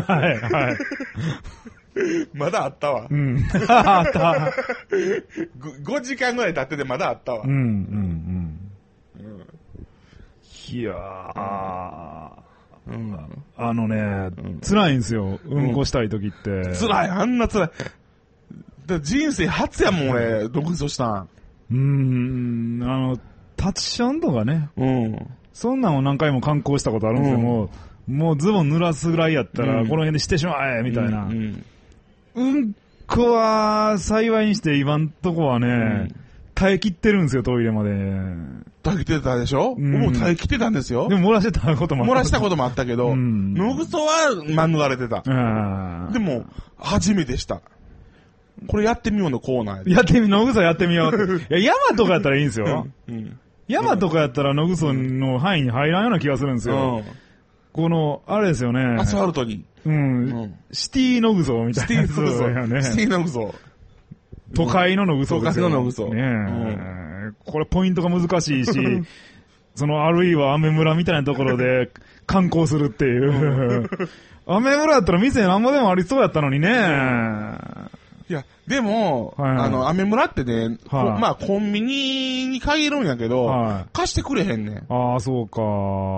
まだあったわ。
あった。
5時間ぐらい経っててまだあったわ。
いやー。辛いんですよ。うんこしたい時って。
辛い、あんな辛い。人生初やもん、俺、毒素した
ん。タッチションとかね。そんなんを何回も観光したことあるんですけども、もうズボン濡らすぐらいやったら、この辺でしてしまえみたいな。うんこは、幸いにして今んとこはね、耐え切ってるんですよ、トイレまで。
耐え切ってたでしょもう耐え切ってたんですよ。
でも漏らしてたこともあった。
漏らしたこともあったけど、野ぐそは免れてた。でも、初めてした。これやってみようのコーナー
野ぐそやってみよう。いや、山とかやったらいいんですよ。山とかやったら野ぐその範囲に入らんような気がするんですよ。この、あれですよね。
アスファルトに。
シティ野ぐそみたいな。
シティ野ぐそ。
都会の野ぐそ
ですよ。都会の野ぐそ。
これポイントが難しいし、あるいはアメ村みたいなところで観光するっていう。アメ村だったら店なんぼでもありそうやったのにね。
いや、でも、アメ村ってね、まあコンビニに限るんやけど、貸してくれへんねん。
ああ、そうか。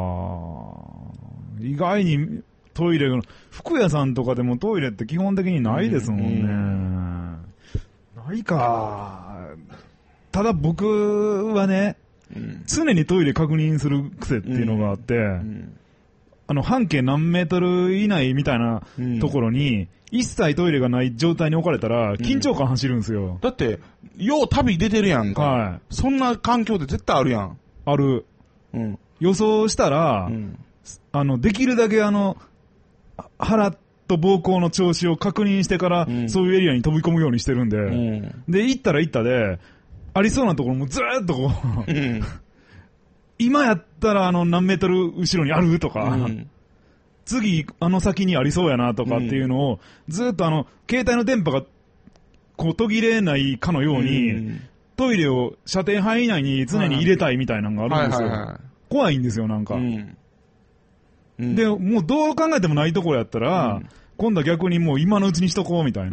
意外にトイレの、服屋さんとかでもトイレって基本的にないですもんね。ないか。ただ僕はね、常にトイレ確認する癖っていうのがあって、半径何メートル以内みたいなところに、一切トイレがない状態に置かれたら、緊張感走るんですよ。
だって、よう旅出てるやんか。そんな環境で絶対あるやん。
ある。予想したら、できるだけ腹と膀胱の調子を確認してから、そういうエリアに飛び込むようにしてるんで、で、行ったら行ったで、ありそうなところもずーっとこう、今やったら何メートル後ろにあるとか、次先にありそうやなとかっていうのを、ずーっと携帯の電波がこう途切れないかのように、トイレを射程範囲内に常に入れたいみたいなのがあるんですよ。怖いんですよ、なんか。で、もうどう考えてもないところやったら、今度は逆にもう今のうちにしとこうみたいな。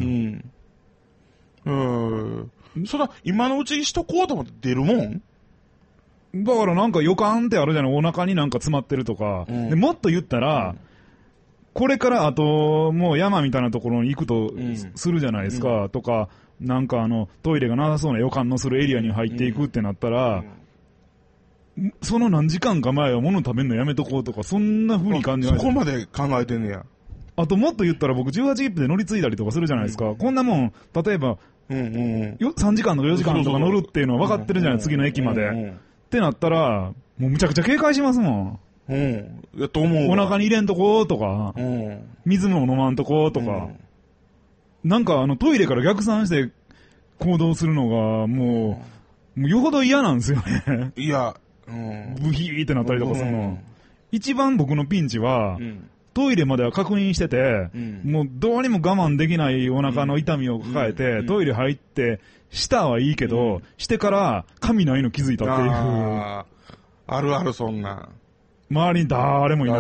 そら、今のうちにしとこうと思って出るもん
だからなんか予感ってあるじゃない、お腹になんか詰まってるとか。でもっと言ったら、これからあと、もう山みたいなところに行くとするじゃないですか、とか、なんかトイレがなさそうな予感のするエリアに入っていくってなったら、その何時間か前は物食べるのやめとこうとか、そんな風に感じない。
そこまで考えてんねや。
あともっと言ったら僕18切符で乗り継いだりとかするじゃないですか。こんなもん、例えば、3時間とか4時間とか乗るっていうのは分かってるじゃない、次の駅まで。ってなったら、もうむちゃくちゃ警戒しますもん。
やと思う。
お腹に入れんとことか、水も飲まんとことか、なんかトイレから逆算して行動するのが、もうよほど嫌なんですよね。
いや、
ブヒーってなったりとかするの。一番僕のピンチは、トイレまでは確認してて、もうどうにも我慢できないお腹の痛みを抱えて、トイレ入って、舌はいいけど、してから髪ないの気づいたっていう。
あるあるそんな。
周りに誰もいない。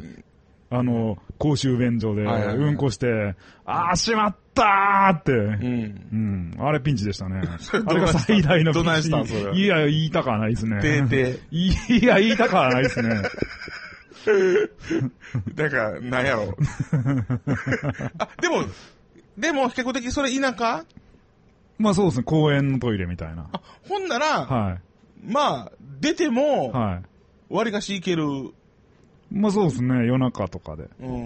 公衆便所で、うんこして、しまったーって。あれピンチでしたね。あれが最大のピンチ。
どないしたんそれ。
いや、言いたくはないですね。いや、言いたくはないですね。
だから、なんやろ。でも、結構的それ田舎？
まあそうですね、公園のトイレみたいな。
ほんなら、まあ、出ても、割かしいける。
まあそうですね、夜中とかで。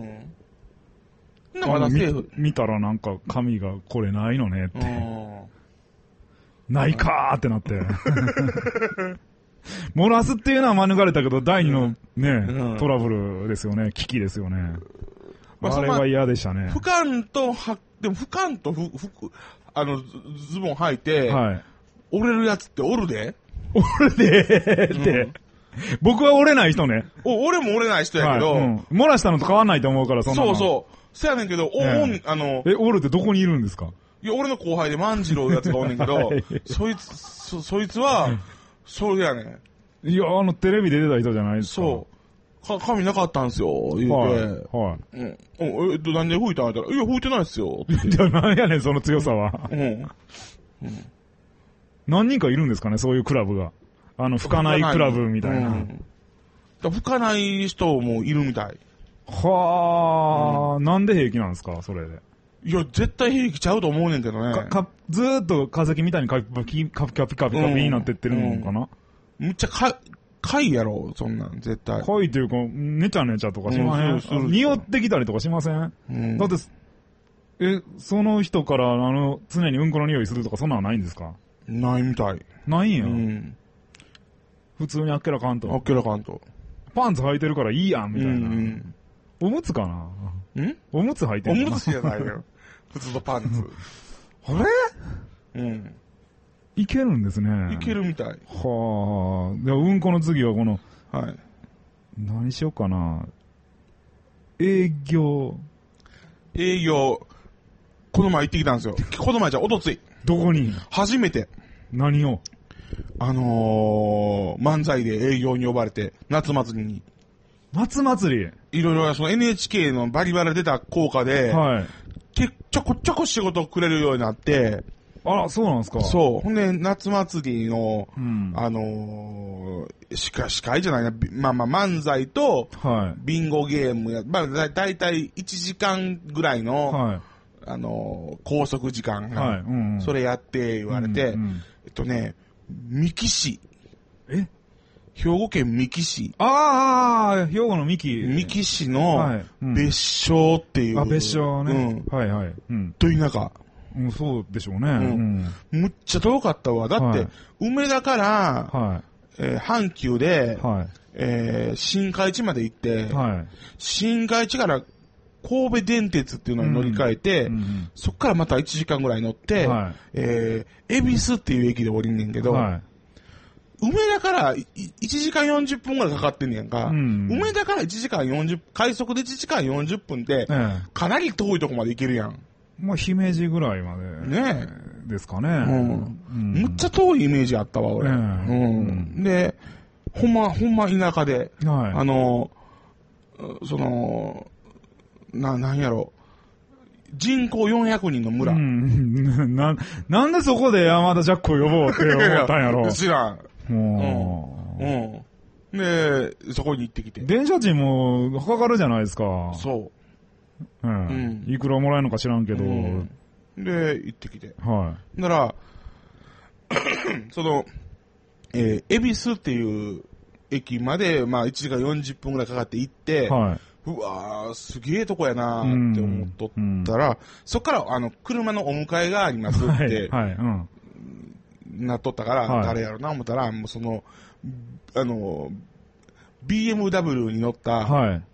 まだセーフ。
見たらなんか髪がこれないのねって。ないかーってなって。漏らすっていうのは免れたけど、第二のね、トラブルですよね。危機ですよね。あれは嫌でしたね。
でも不感とズボン履いて、折れるやつっておるで
おるでーって。 僕は折れない人ね。
俺も折れない人やけど、
漏らしたのと変わんないと思うから、そんなの。
そうそう。そやねんけど、折
るってどこにいるんですか？
いや、俺の後輩で万次郎いうやつがおんねんけど、そいつは、それやね
ん。いや、テレビで出た人じゃないですか。
そう。髪なかったんすよ、言うて。はい。なんで吹いたんやったら、いや、吹いてないっすよ。
じゃあ何やねん、その強さは。何人かいるんですかね、そういうクラブが。吹かないクラブみたいな。
吹かない人もいるみたい。
はあ、なんで平気なんですか、それで。
いや、絶対平気ちゃうと思うねんけどね。
ずーっと化石みたいにカピになってってるのかな。
むっちゃ貝やろ、そんなん、絶対。
貝っていうか、ねちゃねちゃとかしません？匂ってきたりとかしません？だって、その人から常にうんこの匂いするとかそんなのないんですか？
ないみたい。
ないんや。普通にあっけらかんと。
あっけらかんと。
パンツ履いてるからいいやん、みたいな。おむつかな？おむつ履いてる
おむつじゃないよ。普通のパンツ。
あれ？いけるんですね。
いけるみたい。
はあ。で、うんこの次はこの、
はい。
何しようかな。営業。
この前行ってきたんですよ。この前じゃおとつい。
どこに？
初めて。
何を？
漫才で営業に呼ばれて、夏祭りに。
夏祭り？
いろいろ、その NHK のバリバラ出た効果で、はい。ちょこ仕事をくれるようになって、
あら、そうなんですか？
そう。ほんで、夏祭りの、司会じゃないな、漫才と、ビンゴゲームや、だいたい1時間ぐらいの、拘束時間、それやって言われて、三木市。兵庫県三木市。
兵庫の三木。
三木市の、別所っていう。
別所ね。はいはい。
と田舎。
そうでしょうね。
むっちゃ遠かったわ。だって、梅田から、阪急で、新海地まで行って、新海地から神戸電鉄っていうのに乗り換えて、そっからまた1時間ぐらい乗って、恵比寿っていう駅で降りんねんけど、梅田から1時間40分ぐらいかかってんねやんか。梅田から1時間快速で1時間40分って、かなり遠いとこまで行けるやん。
まあ、姫路ぐらいまで。ねですかね。
むっちゃ遠いイメージあったわ、俺。で、ほんま田舎で、なんやろ。人口400人の村。
なんでそこで山田ジャックを呼ぼうって思ったんやろ。
知らん。で、そこに行ってきて。
電車賃もかかるじゃないですか。
そう。
いくらもらえるのか知らんけど。
で、行ってきて。
はい。
なら、恵比寿っていう駅まで、1時間40分くらいかかって行って、うわー、すげえとこやなーって思っとったら、そっから、車のお迎えがありますって、なっとったから、誰やろな思ったら、もうBMW に乗った、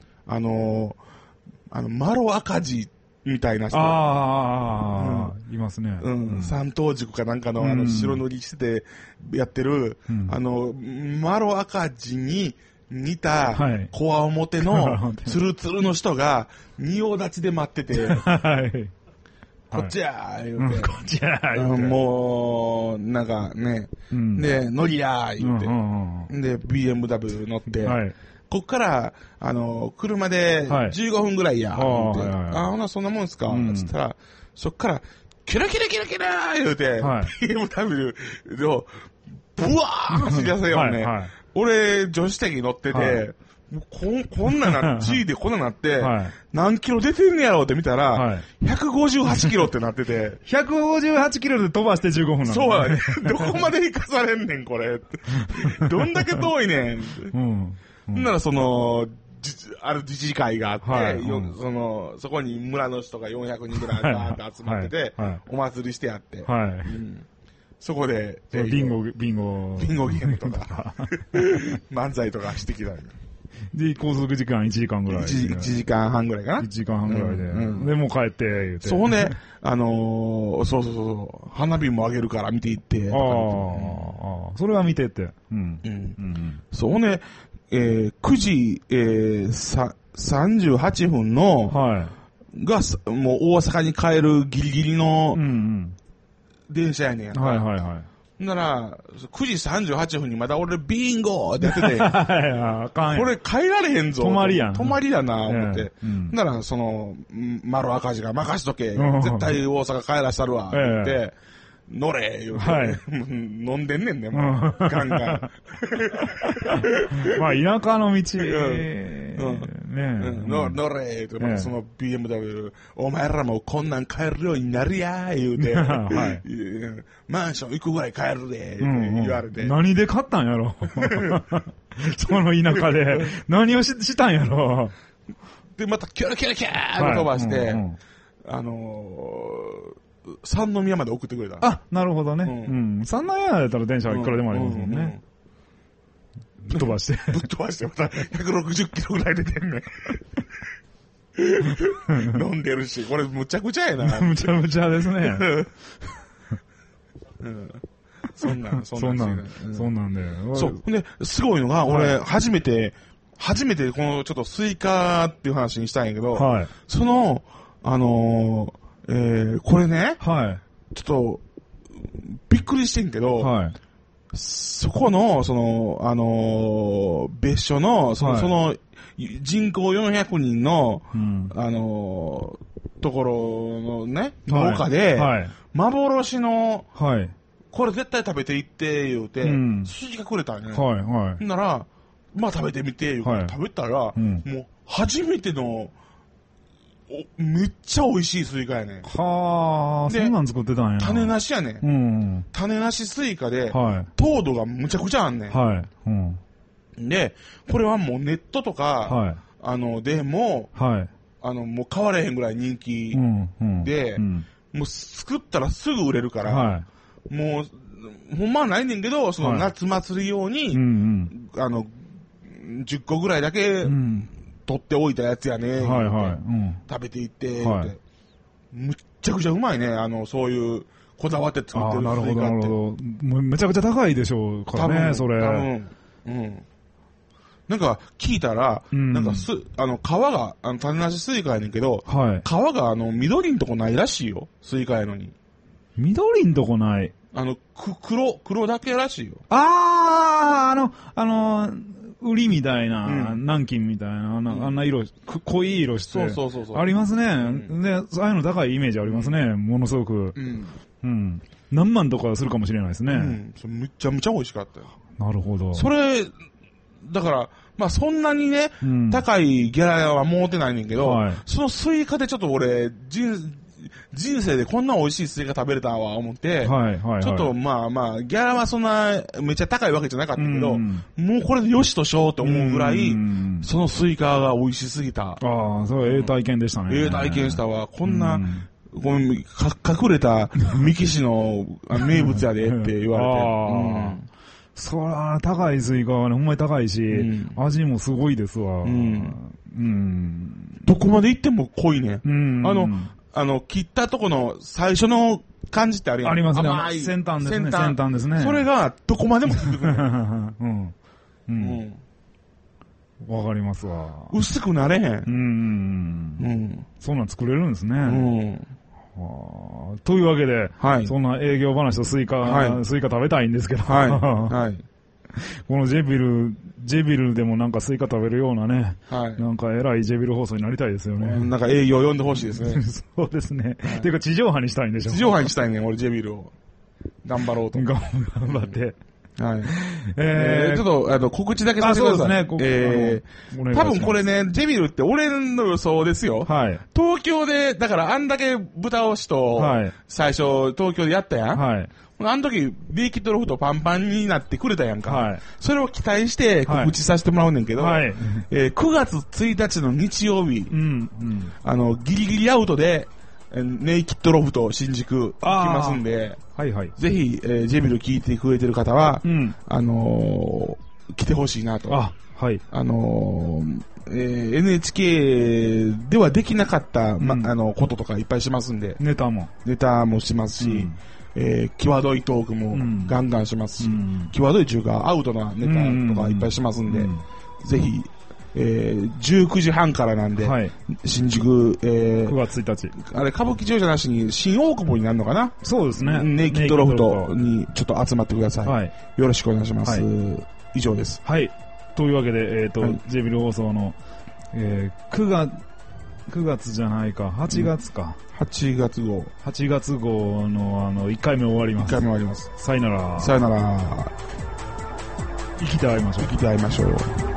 マロ赤字みたいな人。
いますね。
三等軸かなんかの白塗りしててやってる、マロ赤字に似た、こわ表のツルツルの人が、仁王立ちで待ってて、こっちやー言うて。
こっちやー言うて。
もう、なんかね、で、乗りやー言うて。で、BMW 乗って、こっから、車で15分ぐらいや、言うて。ほな、そんなもんすかつったら、そっから、キラキラキラキラー言うて、BMW を、ブワー走り出せよね。俺、助手席乗ってて、こんなな、G でこんななって、何キロ出てんねやろうって見たら、158キロってなってて。
158キロで飛ばして15分なの。
そうやね。どこまで行かされんねん、これ。どんだけ遠いねん。ならある自治会があって、そこに村の人が400人ぐらいバーって集まってて、お祭りしてやって。そこで、
ビンゴゲ
ームとか、漫才とかしてきた。
で、高速時間1時間ぐらい。
1時間半ぐらいかな。
1時間半ぐらいで。で、もう帰って、言うて。
そうね、そう、花火もあげるから見ていって。
ああ、それは見てって。
そうね、9時、38分の、が、もう大阪に帰るギリギリの、電車やねん。
はいはいはい。
なら、9時38分にまだ俺ビンゴってやってて、
あかん
これ帰られへんぞ。
泊まりやん。
泊まりだな、思って。なら、丸赤字が任しとけ。絶対大阪帰らしたるわ、って。乗れ言うて、飲んでんねんね、もう。ガンガン。
まあ、田舎の道、
乗れ言うて、その BMW、お前らもこんなん帰るようになるや言うて、マンション行くぐらい帰るで、言われて。
何で買ったんやろその田舎で。何をしたんやろ
で、またキャラキャラキャーと飛ばして、三宮まで送ってくれた。
あ、なるほどね。三宮だったら電車はいくらでもありますもんね。ぶっ飛ばして。
ぶっ飛ばして、また160キロぐらい出てんね。飲んでるし、これむちゃくちゃやな。
むちゃむちゃですね。
そんなん
で。
そう。で、すごいのが、俺、初めて、このちょっとスイカっていう話にしたんやけど、その、これね、ちょっと、びっくりしてんけど、そこの、別所の、その、人口400人の、ところのね、農家で、幻の、これ絶対食べていって、言うて、スイカくれたんね。なら、まあ食べてみて、食べたら、もう、初めての、めっちゃ美味しいスイカやねん。
はあ、そんなん作ってたんや。
種なしやねん。種なしスイカで、糖度がむちゃくちゃあんねん。で、これはもうネットとか、でも、もう買われへんぐらい人気で、もう作ったらすぐ売れるから、もう、ほんまはないねんけど、その夏祭り用に、10個ぐらいだけ、取っておいたやつやね。食べていって、むっちゃくちゃうまいね。そういう、こだわって作ってるスイカって。
なるほど、なるほど。めちゃくちゃ高いでしょうからね、それ。
なんか、聞いたら、なんか皮が、種なしスイカやねんけど、皮が緑んとこないらしいよ。スイカやのに。
緑んとこない。
黒だけらしいよ。
ウリみたいな、南京みたいな、あんな色、濃い色して。
そう。
ありますね。で、ああいうの高いイメージありますね。ものすごく。何万とかするかもしれないですね。
むちゃむちゃ美味しかったよ。
なるほど。
それ、だから、まあそんなにね、高いギャラは持ってないねんけど、そのスイカでちょっと俺、人生でこんな美味しいスイカ食べれたわ思って、ちょっとまあ、ギャラはそんなめっちゃ高いわけじゃなかったけど、もうこれでよしとしようと思うぐらい、そのスイカが美味しすぎた。
ああ、それええ体験でしたね。
ええ体験したわ。こんな、隠れた三木市の名物やでって言われて。
そら、高いスイカはね、ほんまに高いし、味もすごいですわ。
どこまで行っても濃いね。切ったとこの最初の感じってあるやん。
ありますね。先端ですね。先端ですね。
それがどこまでも続くね。
わかりますわ。
薄くなれへん。
そんなん作れるんですね。というわけで、そんな営業話とスイカ食べたいんですけど、このジェビルでもなんかスイカ食べるようなね、なんか偉いジェビル放送になりたいですよね。
なんか営業呼んでほしいですね。
そうですね。ていうか地上波にしたいんでしょ。
地上波にしたいね、俺ジェビルを。頑張ろうと。
頑張って。
ちょっと、告知だけさせてください。そうですね。多分これね、ジェビルって俺の予想ですよ。東京で、だからあんだけ豚押しと、最初東京でやったやん。あの時、リーキッドロフトパンパンになってくれたやんか。それを期待して告知させてもらうねんけど、9月1日の日曜日、ギリギリアウトで、ネイキッドロフト新宿行きますんで、ぜひ、ジェビル聞いてくれてる方は、来てほしいなと。
はい。
NHK ではできなかった、こととかいっぱいしますんで。
ネタも
しますし、際どいトークもガンガンしますし、際どい中がアウトなネタとかいっぱいしますんで、ぜひ、19時半からなんで、
はい、
新宿、
9月1日。
あれ、歌舞伎町じゃなしに、新大久保になるのかな？
そうですね。
ネイキッドロフトにちょっと集まってください。
はい、
よろしくお願いします。はい、以上です。
はい。というわけで、J ビル放送の、9月じゃないか、8月か。
8月号。
8月号の1回目終わります。
1回目終わります。
さよなら。
さよなら。
生きて会いましょう。
生きて会いましょう。